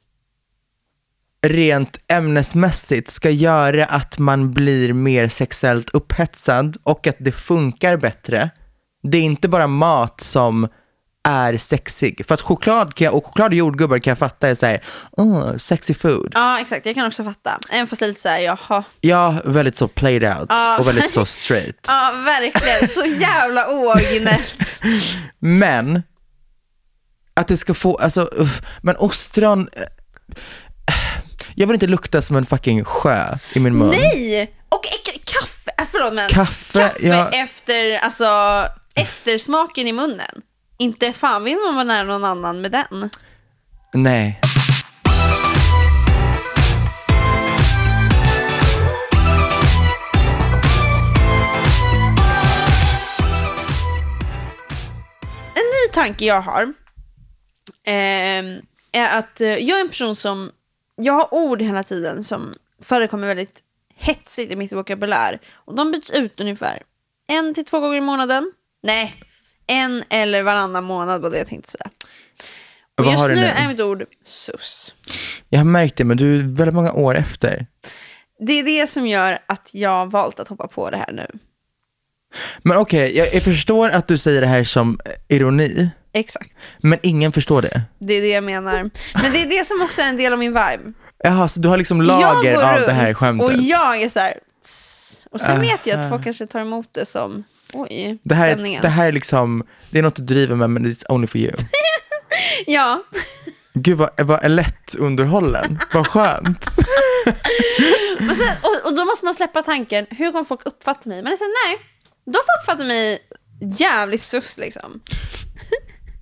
E: rent ämnesmässigt ska göra att man blir mer sexuellt upphetsad och att det funkar bättre. Det är inte bara mat som är sexig. För att choklad kan jag, och choklad och jordgubbar kan jag fatta är så här, oh, sexy food.
F: Ja, exakt. Jag kan också fatta. Även fast det är lite så här, jaha.
E: Ja, väldigt så played out
F: Ja.
E: och väldigt så straight.
F: Ja, verkligen. Så jävla ooriginellt.
E: Men att det ska få, alltså, uff, men ostron, jag vill inte lukta som en fucking sjö i min mun.
F: Nej! Och k- kaffe, äh, förlåt men
E: Kaffe,
F: kaffe
E: ja.
F: efter, alltså eftersmaken i munnen. Inte fan vill man vara nära någon annan med den.
E: Nej.
F: En ny tanke jag har eh, är att eh, jag är en person som, jag har ord hela tiden som förekommer väldigt hetsigt i mitt vokabulär. Och de byts ut ungefär en till två gånger i månaden. Nej, en eller varannan månad var det jag tänkte säga. Och
E: Vad
F: just
E: har du
F: nu
E: nu?
F: är mitt ord sus.
E: Jag har märkt det, men du är väldigt många år efter.
F: Det är det som gör att jag har valt att hoppa på det här nu.
E: Men okej, okay, jag, jag förstår att du säger det här som ironi.
F: Exakt.
E: Men ingen förstår det.
F: Det är det jag menar. Men det är det som också är en del av min vibe.
E: Jaha, så du har liksom lager
F: jag går
E: av
F: runt
E: det här skämtet.
F: och jag är så här, tss, och sen
E: Uh,
F: vet jag att
E: uh.
F: folk kanske tar emot det som oj,
E: det här, är,
F: stämningen.
E: det här är liksom, det är något du driver med, men it's only for you.
F: Ja.
E: Gud, vad, vad är lätt underhållen. Vad skönt.
F: Och, sen, och, och då måste man släppa tanken, hur kommer folk uppfatta mig? Men sen nej, de får uppfatta mig jävligt sus liksom.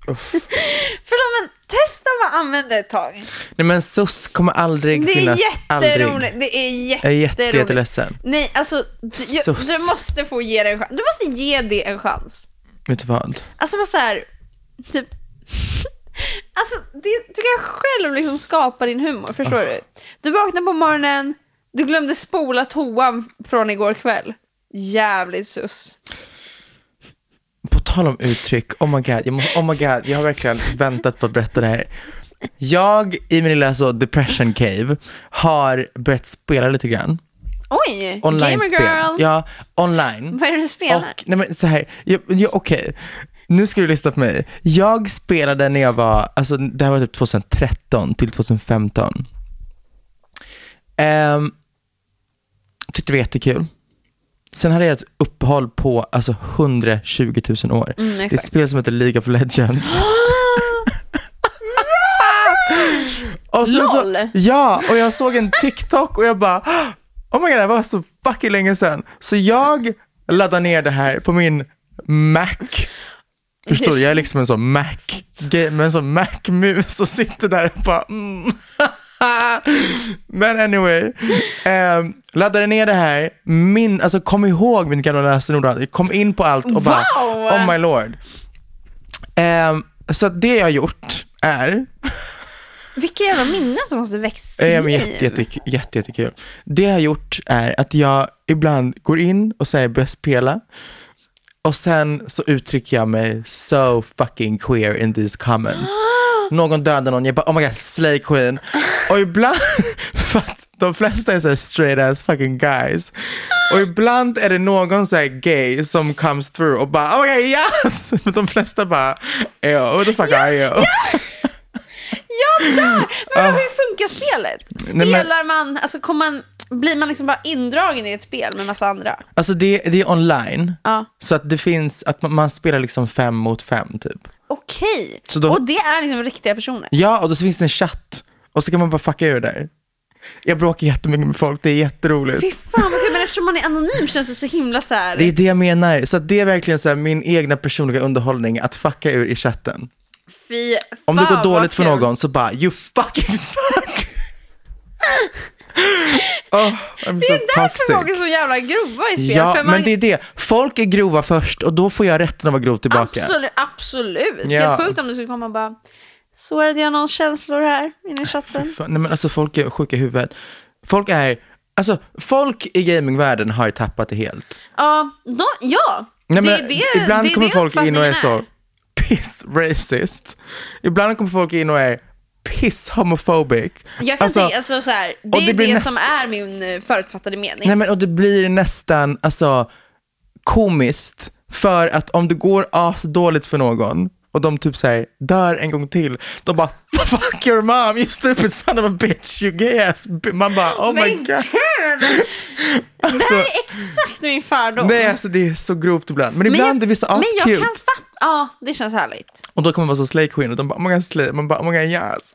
F: Förlåt, men testa att använda ett tag.
E: Nej, men S U S kommer aldrig
F: det
E: finnas. Aldrig.
F: Det är jätteroligt.
E: Jag är jätte, jätteledsen.
F: Nej, alltså du, du måste få ge det en chans. Du måste ge det en chans.
E: Vet du vad?
F: Alltså bara så här, typ alltså det, du kan själv liksom skapa din humor, förstår oh. du? Du vaknar på morgonen, du glömde spola toan från igår kväll. Jävligt sus.
E: På tal om uttryck, oh my god, jag, må, oh my god, jag har verkligen väntat på att berätta det här. Jag i min lilla så depression cave har börjat spela lite grann.
F: Oj,
E: online-spel. Ja, online.
F: Vad är det du spelar?
E: Och, nej men så här, jag, jag, okej. Okay. Nu ska du lyssna på mig. Jag spelade när jag var, alltså det här var typ tjugohundratretton till tjugohundrafemton. Um, tyckte det var jättekul. Sen hade jag ett uppehåll på alltså hundratjugo tusen år. Mm, det är ett spel som heter League of Legends. och sen så, ja, och jag såg en TikTok och jag bara, oh my god, det var så fucking länge sedan. Så jag laddade ner det här på min Mac. Förstår du? Jag är liksom en sån Mac game, en sån Mac-mus och sitter där och bara mm. Men anyway, eh, laddade ner det här. Min, alltså kom ihåg min gamla lösenord. Jag kom in på allt och bara wow. Oh my lord. eh, Så det jag har gjort är
F: vilka jävla minnen som måste växa.
E: Ja, men jätte, jätte, jätte, jätte kul. Det jag har gjort är att jag ibland går in och säger börja spela. Och sen så uttrycker jag mig so fucking queer in these comments. Någon dödar någon, jag bara, oh my god, slay queen. Och ibland, för att de flesta är så här straight ass fucking guys. Och ibland är det någon så här gay som comes through och bara, oh my god, yes! Men de flesta bara, ew, what the fuck are you?
F: Jag dör! Men uh, hur funkar spelet? Spelar nej, men, man, alltså kommer man, blir man liksom bara indragen i ett spel med massa andra?
E: Alltså det, det är online.
F: Uh.
E: Så att det finns, att man, man spelar liksom fem mot fem typ.
F: Okej, okay. Och det är liksom riktiga personer?
E: Ja, och då finns det en chatt. Och så kan man bara fucka ur där. Jag bråkar jättemycket med folk, det är jätteroligt.
F: Fy fan, vad kul, men eftersom man är anonym känns det så himla så här.
E: Det är det jag menar, så att det är verkligen så här min egna personliga underhållning att fucka ur i chatten.
F: Fy
E: om det går dåligt för någon så bara, you fucking suck. Oh, I'm
F: det
E: so
F: är därför
E: toxic.
F: folk är så jävla grova i spel.
E: Ja,
F: för man...
E: men det är det. Folk är grova först och då får jag rätten att vara grov tillbaka.
F: Absolut, absolut.
E: Ja.
F: Helt sjukt om du skulle komma och bara, så är det jag någon känslor här inne i chatten.
E: Nej, men alltså folk är sjuka i huvudet. Folk är, alltså folk i gamingvärlden har ju tappat det helt.
F: Ja, då, ja.
E: Nej, men
F: det, det,
E: ibland
F: det,
E: kommer
F: det
E: folk in och är, är så
F: piss
E: racist. Ibland kommer folk in och är piss homophobic.
F: Jag kan alltså, säga, alltså så här, det är det, det näst... som är min förutfattade mening.
E: Nej, men och det blir nästan alltså komiskt för att om det går as dåligt för någon och de typ säger dör en gång till, de bara fuck your mom, you stupid son of a bitch, you gay ass. Man bara oh my god. Alltså, det är
F: exakt min fördom.
E: Nej, alltså det är så grovt ibland. Men ibland men jag, är det så
F: men jag
E: cute.
F: kan fatta, ja, det känns härligt.
E: Och då kommer man vara så slay queen och de bara oh my god, slay. Man bara oh my god, yes.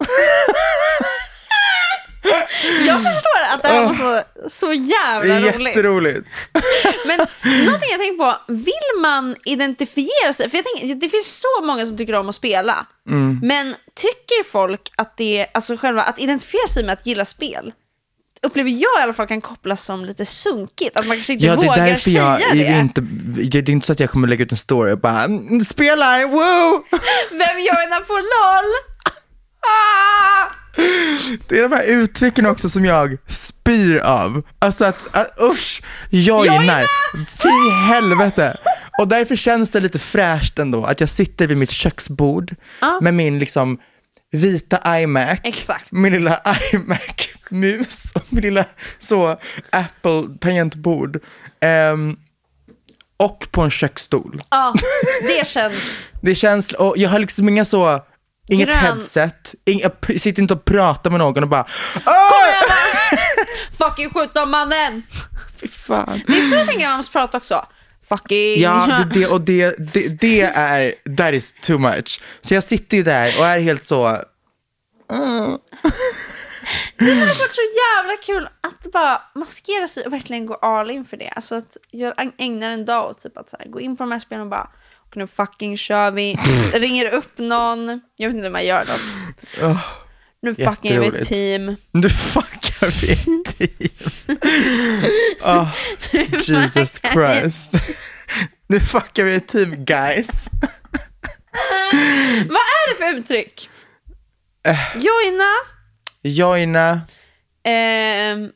F: Jag förstår att det här måste vara så jävla roligt.
E: Det är jätteroligt.
F: Men någonting jag tänker på, vill man identifiera sig? För jag tänker, det finns så många som tycker om att spela.
E: Mm.
F: Men tycker folk att det, alltså själva, att identifiera sig med att gilla spel, upplever jag i alla fall kan kopplas som lite sunkigt. Att man kanske inte
E: ja, det
F: vågar
E: jag,
F: säga det.
E: Är inte, det är inte så att jag kommer lägga ut en story och bara spelar, wow!
F: Vem joinar på LOL?
E: Ah! Det är de här uttrycken också som jag spyr av. Alltså att, att usch, joinar. Fy helvete. Och därför känns det lite fräscht ändå att jag sitter vid mitt köksbord ah. med min liksom vita iMac.
F: Exakt.
E: Min lilla iMac-mus och min lilla så Apple-tangentbord. Um, och på en köksstol.
F: Ja, det känns.
E: Det känns, och jag har liksom inga så inget grön headset. Ing, jag sitter inte och pratar med någon och bara
F: fucking sjutton mannen.
E: Fy fan.
F: Det är så jag tänker man måste prata också. Fucking.
E: Ja, det, det, och det, det, det är that is too much. Så jag sitter ju där och är helt så uh.
F: Det hade varit så jävla kul att bara maskera sig och verkligen gå all in för det. Alltså att jag ägnar en dag åt typ att så här, gå in på de här spelen och bara Nu fucking kör vi. Ringer upp någon. Jag vet inte hur man gör dem.
E: Oh,
F: nu fucking är vi ett team.
E: Nu fuckar vi ett team. Oh, Jesus Christ. Nu fuckar vi ett team, guys.
F: Vad är det för uttryck? Uh, joina.
E: Joina.
F: Eh,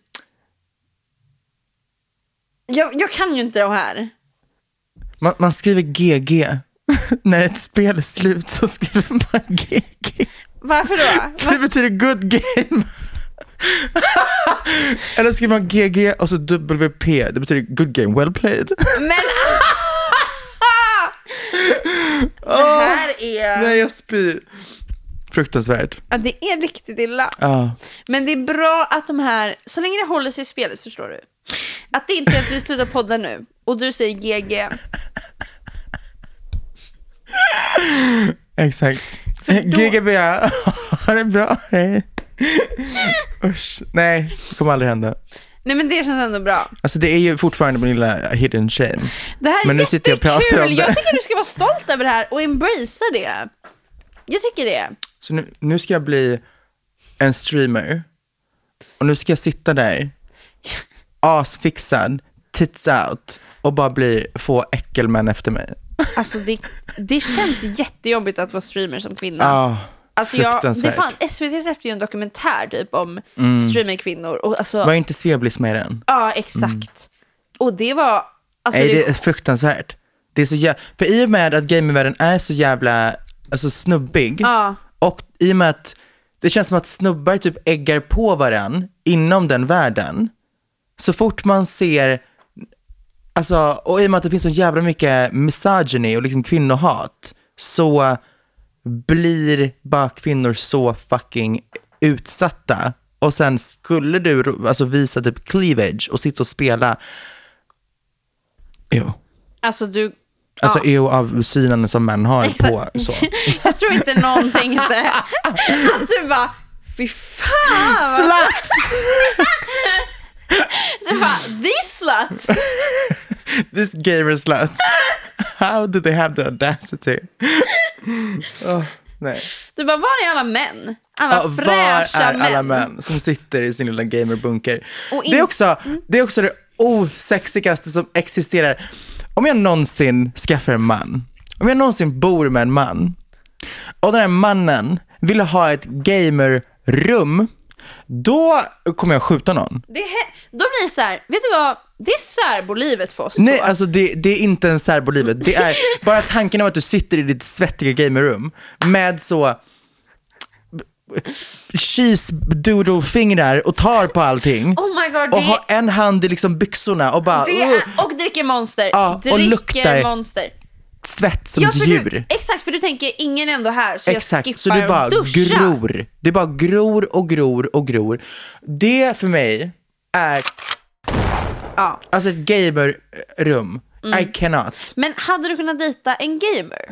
F: jag, jag kan ju inte det här.
E: Man, man skriver G G. När ett spel är slut så skriver man G G.
F: Varför då?
E: För det betyder good game. Eller skriver man G G och så W P. Det betyder good game, well played.
F: Men det här är...
E: Nej, jag spyr. Fruktansvärt.
F: Ja, det är riktigt illa.
E: Ja.
F: Men det är bra att de här, så länge det håller sig i spelet, förstår du. Att det inte är att vi slutar podda nu och du säger G G.
E: Exakt.
F: Då...
E: G G B, ha det bra. Hej. Usch. Nej, det kommer aldrig hända.
F: Nej, men det känns ändå bra.
E: Alltså det är ju fortfarande min lilla hidden shame.
F: Det här är
E: men nu sitter jag och pratar om det.
F: Jag tycker du ska vara stolt över det här och embracea det. Jag tycker det.
E: Så nu, nu ska jag bli en streamer. Och nu ska jag sitta där asfixad, tits out och bara bli, få äckelmän efter mig.
F: Alltså det, det känns jättejobbigt att vara streamer som kvinna.
E: Ja,
F: alltså jag, det fan, S V T släppte ju en dokumentär typ om mm. streamerkvinnor. Och alltså,
E: var inte Sveblis med den?
F: Ja, exakt. Mm. Och det var... Alltså
E: Nej,
F: det,
E: det är fruktansvärt. Det är så jä... För i och med att gamingvärlden är så jävla alltså, snubbig.
F: Ja.
E: Och i och med att det känns som att snubbar typ äggar på varann inom den världen. Så fort man ser... Alltså, och i och med att det finns så jävla mycket misogyny och liksom kvinnohat, så blir bara kvinnor så fucking utsatta. Och sen skulle du alltså visa typ cleavage och sitta och spela jo.
F: Alltså du
E: Alltså
F: ja.
E: jo, av synen som män har. Exakt. På så.
F: Jag tror inte någon tänkte att du bara fy fan
E: slut.
F: Du bara these sluts.
E: This gamer sluts. How do they have the audacity? Oh, nej.
F: Du bara, var är alla män? Alla
E: ja,
F: fräscha
E: var är
F: män.
E: alla män som sitter i sin lilla gamerbunker?
F: In-
E: det, är också, mm. det är också det osexigaste som existerar. Om jag någonsin skaffar en man, om jag någonsin bor med en man och den här mannen vill ha ett gamerrum, då kommer jag skjuta någon.
F: Det he- då blir det så här, vet du vad? Det är särbolivet för oss.
E: Nej,
F: då.
E: alltså det, det är inte en särbolivet. Det är bara tanken om att du sitter i ditt svettiga gamerrum med så cheese doodle fingrar och tar på allting.
F: Oh my God,
E: och
F: det...
E: har en hand i liksom byxorna och bara
F: det är... och dricker monster.
E: Ja,
F: dricker
E: och luktar
F: monster.
E: Svett som
F: ja,
E: ett
F: djur.
E: Du,
F: exakt, för du tänker ingen ändå här så
E: exakt,
F: jag skippar
E: så du bara
F: och duschar.
E: gror. Det bara gror och gror och gror. Det för mig är
F: ja.
E: alltså ett gamerrum. Mm. I cannot.
F: Men hade du kunnat dejta en gamer?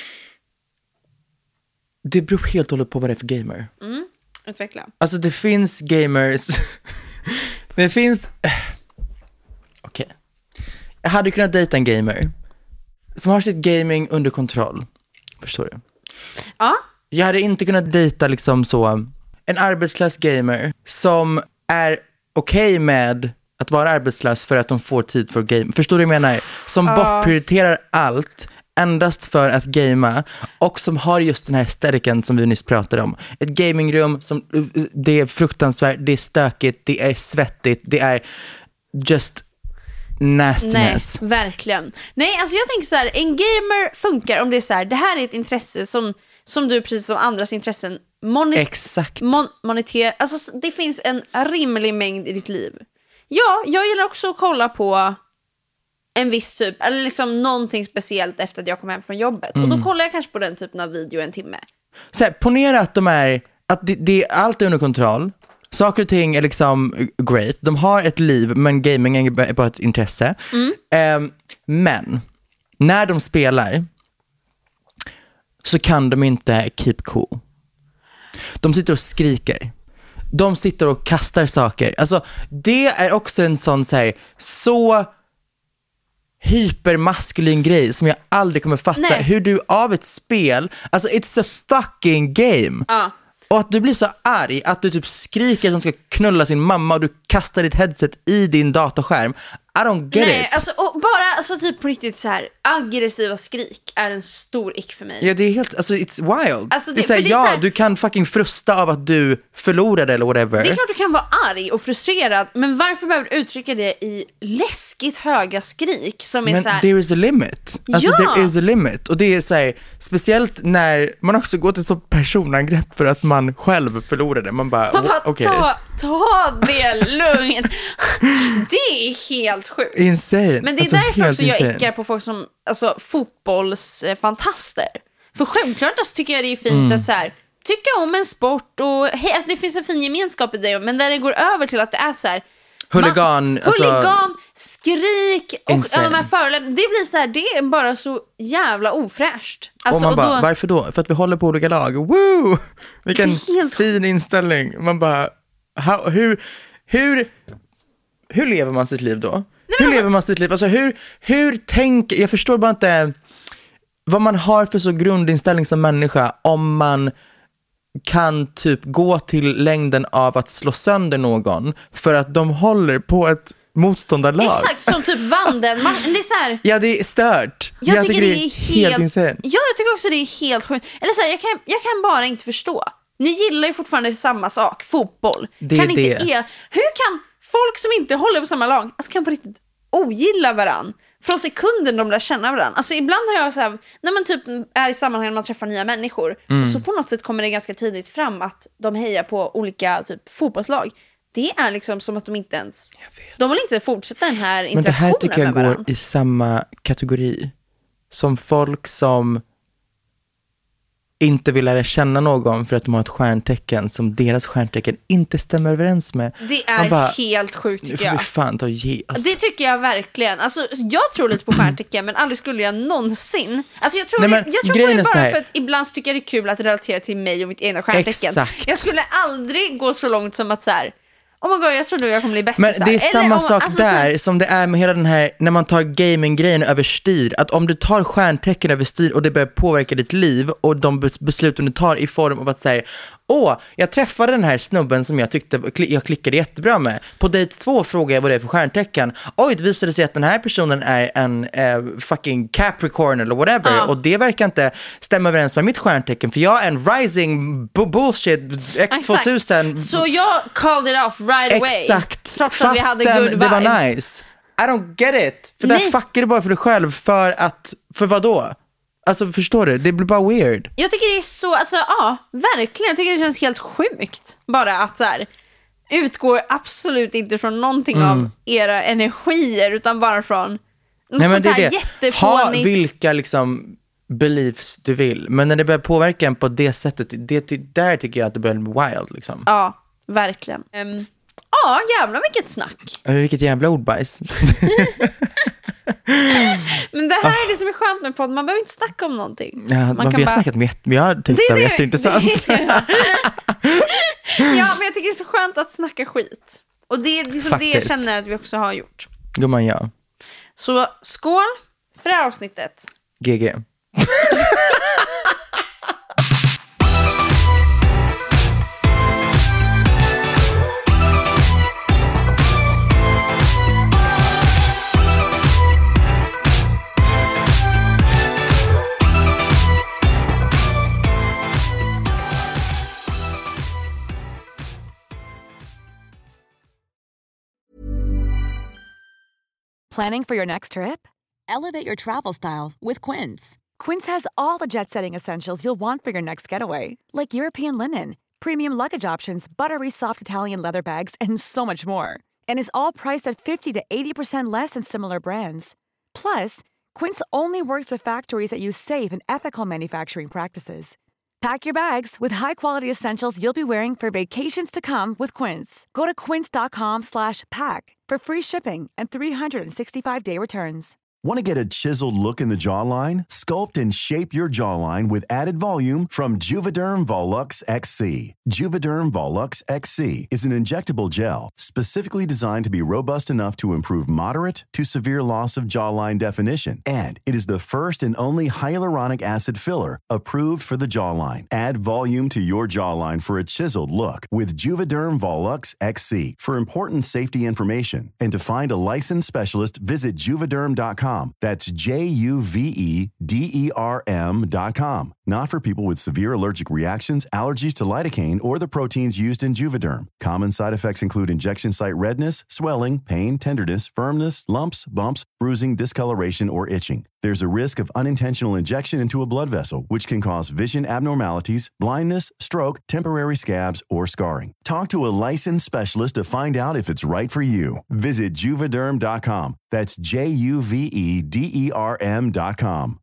E: Det beror helt och hållet på vad det är för gamer.
F: Mm. Utveckla.
E: Alltså det finns gamers. Det finns okej. Okay. Jag hade kunnat dejta en gamer som har sitt gaming under kontroll. Förstår du?
F: Ja.
E: Jag hade inte kunnat dejta liksom så en arbetslös gamer som är okej okay med att vara arbetslös för att de får tid för game. Förstår du vad jag menar? Som ja. bortprioriterar allt endast för att gamea och som har just den här stärken som vi nyss pratade om. Ett gamingrum som det är fruktansvärt, det är stökigt, det är svettigt, det är just nastiness.
F: Nej, verkligen. Nej, alltså jag tänker så här, en gamer funkar om det är så här, det här är ett intresse som, som du precis som andras intressen monet-
E: Exakt.
F: Mon- monetär, alltså det finns en rimlig mängd i ditt liv. Ja, jag gillar också att kolla på en viss typ, eller liksom någonting speciellt efter att jag kom hem från jobbet. Mm. Och då kollar jag kanske på den typen av video en timme. Så
E: här, ponera att de är, att det, det, allt är under kontroll. Saker och ting är liksom great. De har ett liv, men gaming är bara ett intresse. Mm. Um, men när de spelar så kan de inte keep cool. De sitter och skriker. De sitter och kastar saker. Alltså, det är också en sån så här, så hypermaskulin grej som jag aldrig kommer fatta.
F: Nej.
E: Hur du av ett spel, alltså it's a fucking game.
F: Ja.
E: Och att du blir så arg att du typ skriker att hon ska knulla sin mamma och du kastar ditt headset i din dataskärm. I don't get
F: Nej,
E: it.
F: alltså och bara alltså typ på riktigt så här aggressiva skrik är en stor ick för mig.
E: Ja, det är helt, alltså it's wild.
F: Alltså, det-
E: det är så här,
F: för det är
E: ja,
F: så här-
E: du kan fucking frusta av att du förlorade eller whatever.
F: Det är klart du kan vara arg och frustrerad, men varför behöver du uttrycka det i läskigt höga skrik som är
E: Men
F: så här,
E: there is a limit. Alltså
F: Ja.
E: there is a limit. Och det är så här, speciellt när man också går till så personangrepp för att man själv förlorade. Man bara,
F: man bara
E: oh, okay.
F: ta, ta det lugnt. Det är helt sjukt.
E: Insane.
F: Men det är
E: Alltså,
F: därför
E: helt
F: också jag
E: insane.
F: ickar på folk som alltså, fotbollsfantaster. För självklart så tycker jag det är fint
E: Mm.
F: att så här, tycka om en sport och hej, alltså, det finns en fin gemenskap i det, men där det går över till att det är så här
E: Huligan,
F: man,
E: alltså-
F: huligan, skrik och
E: Insane.
F: ja, de här förolämpningarna, det blir så här, det är bara så jävla ofräscht. Alltså,
E: och man
F: och
E: bara,
F: då,
E: varför då? För att vi håller på olika lag. Woo! Vilken
F: Det är helt-
E: fin inställning. Man bara, how, hur, hur, hur lever man sitt liv då? hur
F: alltså-
E: lever man sitt liv? Alltså hur, hur tänker, jag förstår bara inte vad man har för så grundinställning som människa om man kan typ gå till längden av att slå sönder någon för att de håller på ett motståndarlag.
F: exakt som typ vanden. Man, det är så här,
E: Ja, det är stört.
F: jag, tycker, det är helt,
E: insane.
F: ja, jag tycker också det är helt sjukt. Eller så här, jag, kan, jag kan bara inte förstå. Ni gillar ju fortfarande samma sak, fotboll.
E: Det
F: kan
E: är
F: inte
E: det.
F: Er, hur kan folk som inte håller på samma lag, alltså kan på riktigt ogilla varann från sekunden de lär känna varann? Alltså ibland har jag så här, när man typ är i sammanhang när man träffar nya människor
E: Mm.
F: och så på något sätt kommer det ganska tidigt fram att de hejar på olika typ fotbollslag. Det är liksom som att de inte ens, de vill inte fortsätta den här
E: Men det här
F: interaktionen
E: tycker jag
F: med
E: går
F: varann.
E: i samma kategori som folk som inte vill lära känna någon för att de har ett stjärntecken som deras stjärntecken inte stämmer överens med.
F: Det
E: Man
F: är
E: bara,
F: helt sjukt
E: nu
F: tycker
E: får vi
F: jag.
E: fan ta och ge. Alltså,
F: Det tycker jag verkligen. Alltså, jag tror lite på stjärntecken, men aldrig skulle jag någonsin. Alltså, jag tror,
E: Nej, men
F: det, jag tror på
E: grejen
F: det
E: är så
F: bara
E: här-
F: för att ibland så tycker jag det är kul att relatera till mig och mitt egna stjärntecken.
E: Exakt.
F: Jag skulle aldrig gå så långt som att så här, oh my god, jag tror nu jag kommer bli bäst.
E: Men
F: så här.
E: det är
F: Eller
E: samma
F: om-
E: sak
F: alltså, så
E: där
F: här-
E: som det är med hela den här, när man tar gaming-grejen överstyr, att om du tar stjärntecken överstyr och det börjar påverka ditt liv och de bes- besluten du tar i form av att säga, åh, jag träffade den här snubben som jag tyckte kli- jag klickade jättebra med. På dejt två frågade jag vad det är för stjärntecken. Oj, det visade sig att den här personen är en eh, fucking Capricorn eller whatever.
F: Ja.
E: Och det verkar inte stämma överens med mitt stjärntecken, för jag är en rising bu- bullshit X tvåtusen.
F: Exakt. Så jag called it off right away.
E: Exakt.
F: Trots att vi hade
E: Fastän
F: good
E: det
F: vibes.
E: var nice. I don't get it. För där
F: Nej.
E: fuckar du bara för dig själv för att, för vad då? Alltså förstår du? Det blir bara weird.
F: Jag tycker det är så, alltså ja, verkligen. Jag tycker det känns helt sjukt. Bara att så här, utgår absolut inte från någonting
E: Mm.
F: av era energier, utan bara från något
E: Nej, men
F: sånt
E: det
F: här
E: är det.
F: jättefånigt.
E: Ha vilka liksom beliefs du vill. Men när det börjar påverka en på det sättet, det, det, där tycker jag att det börjar bli wild liksom.
F: Ja, verkligen. Um, ja, jävlar vilket snack.
E: Äh, Vilket jävla ordbajs.
F: Men det här är det som är skönt med podd. Man behöver inte snacka om någonting.
E: Ja, man,
F: kan
E: vi har
F: bara-
E: snackat med, vi har tyckt
F: Det
E: det
F: är
E: var
F: det-
E: jätteintressant.
F: det är det. Ja, men jag tycker det är så skönt att snacka skit. Och det är liksom det jag
E: Faktiskt.
F: känner att vi också har gjort.
E: Gumman, ja.
F: Så skål för det här avsnittet.
E: G G.
B: Planning for your next trip?
H: Elevate your travel style with Quince.
B: Quince has all the jet-setting essentials you'll want for your next getaway, like European linen, premium luggage options, buttery soft Italian leather bags, and so much more. And is all priced at fifty to eighty percent less than similar brands. Plus, Quince only works with factories that use safe and ethical manufacturing practices. Pack your bags with high-quality essentials you'll be wearing for vacations to come with Quince. Go to quince.com slash pack for free shipping and three sixty-five day returns.
I: Want to get a chiseled look in the jawline? Sculpt and shape your jawline with added volume from Juvederm Volux X C. Juvederm Volux X C is an injectable gel specifically designed to be robust enough to improve moderate to severe loss of jawline definition. And it is the first and only hyaluronic acid filler approved for the jawline. Add volume to your jawline for a chiseled look with Juvederm Volux X C. For important safety information and to find a licensed specialist, visit juvederm dot com. That's J U V E D E R M dot com. Not for people with severe allergic reactions, allergies to lidocaine, or the proteins used in Juvederm. Common side effects include injection site redness, swelling, pain, tenderness, firmness, lumps, bumps, bruising, discoloration, or itching. There's a risk of unintentional injection into a blood vessel, which can cause vision abnormalities, blindness, stroke, temporary scabs, or scarring. Talk to a licensed specialist to find out if it's right for you. Visit juvederm dot com. That's J U V E D E R M dot com.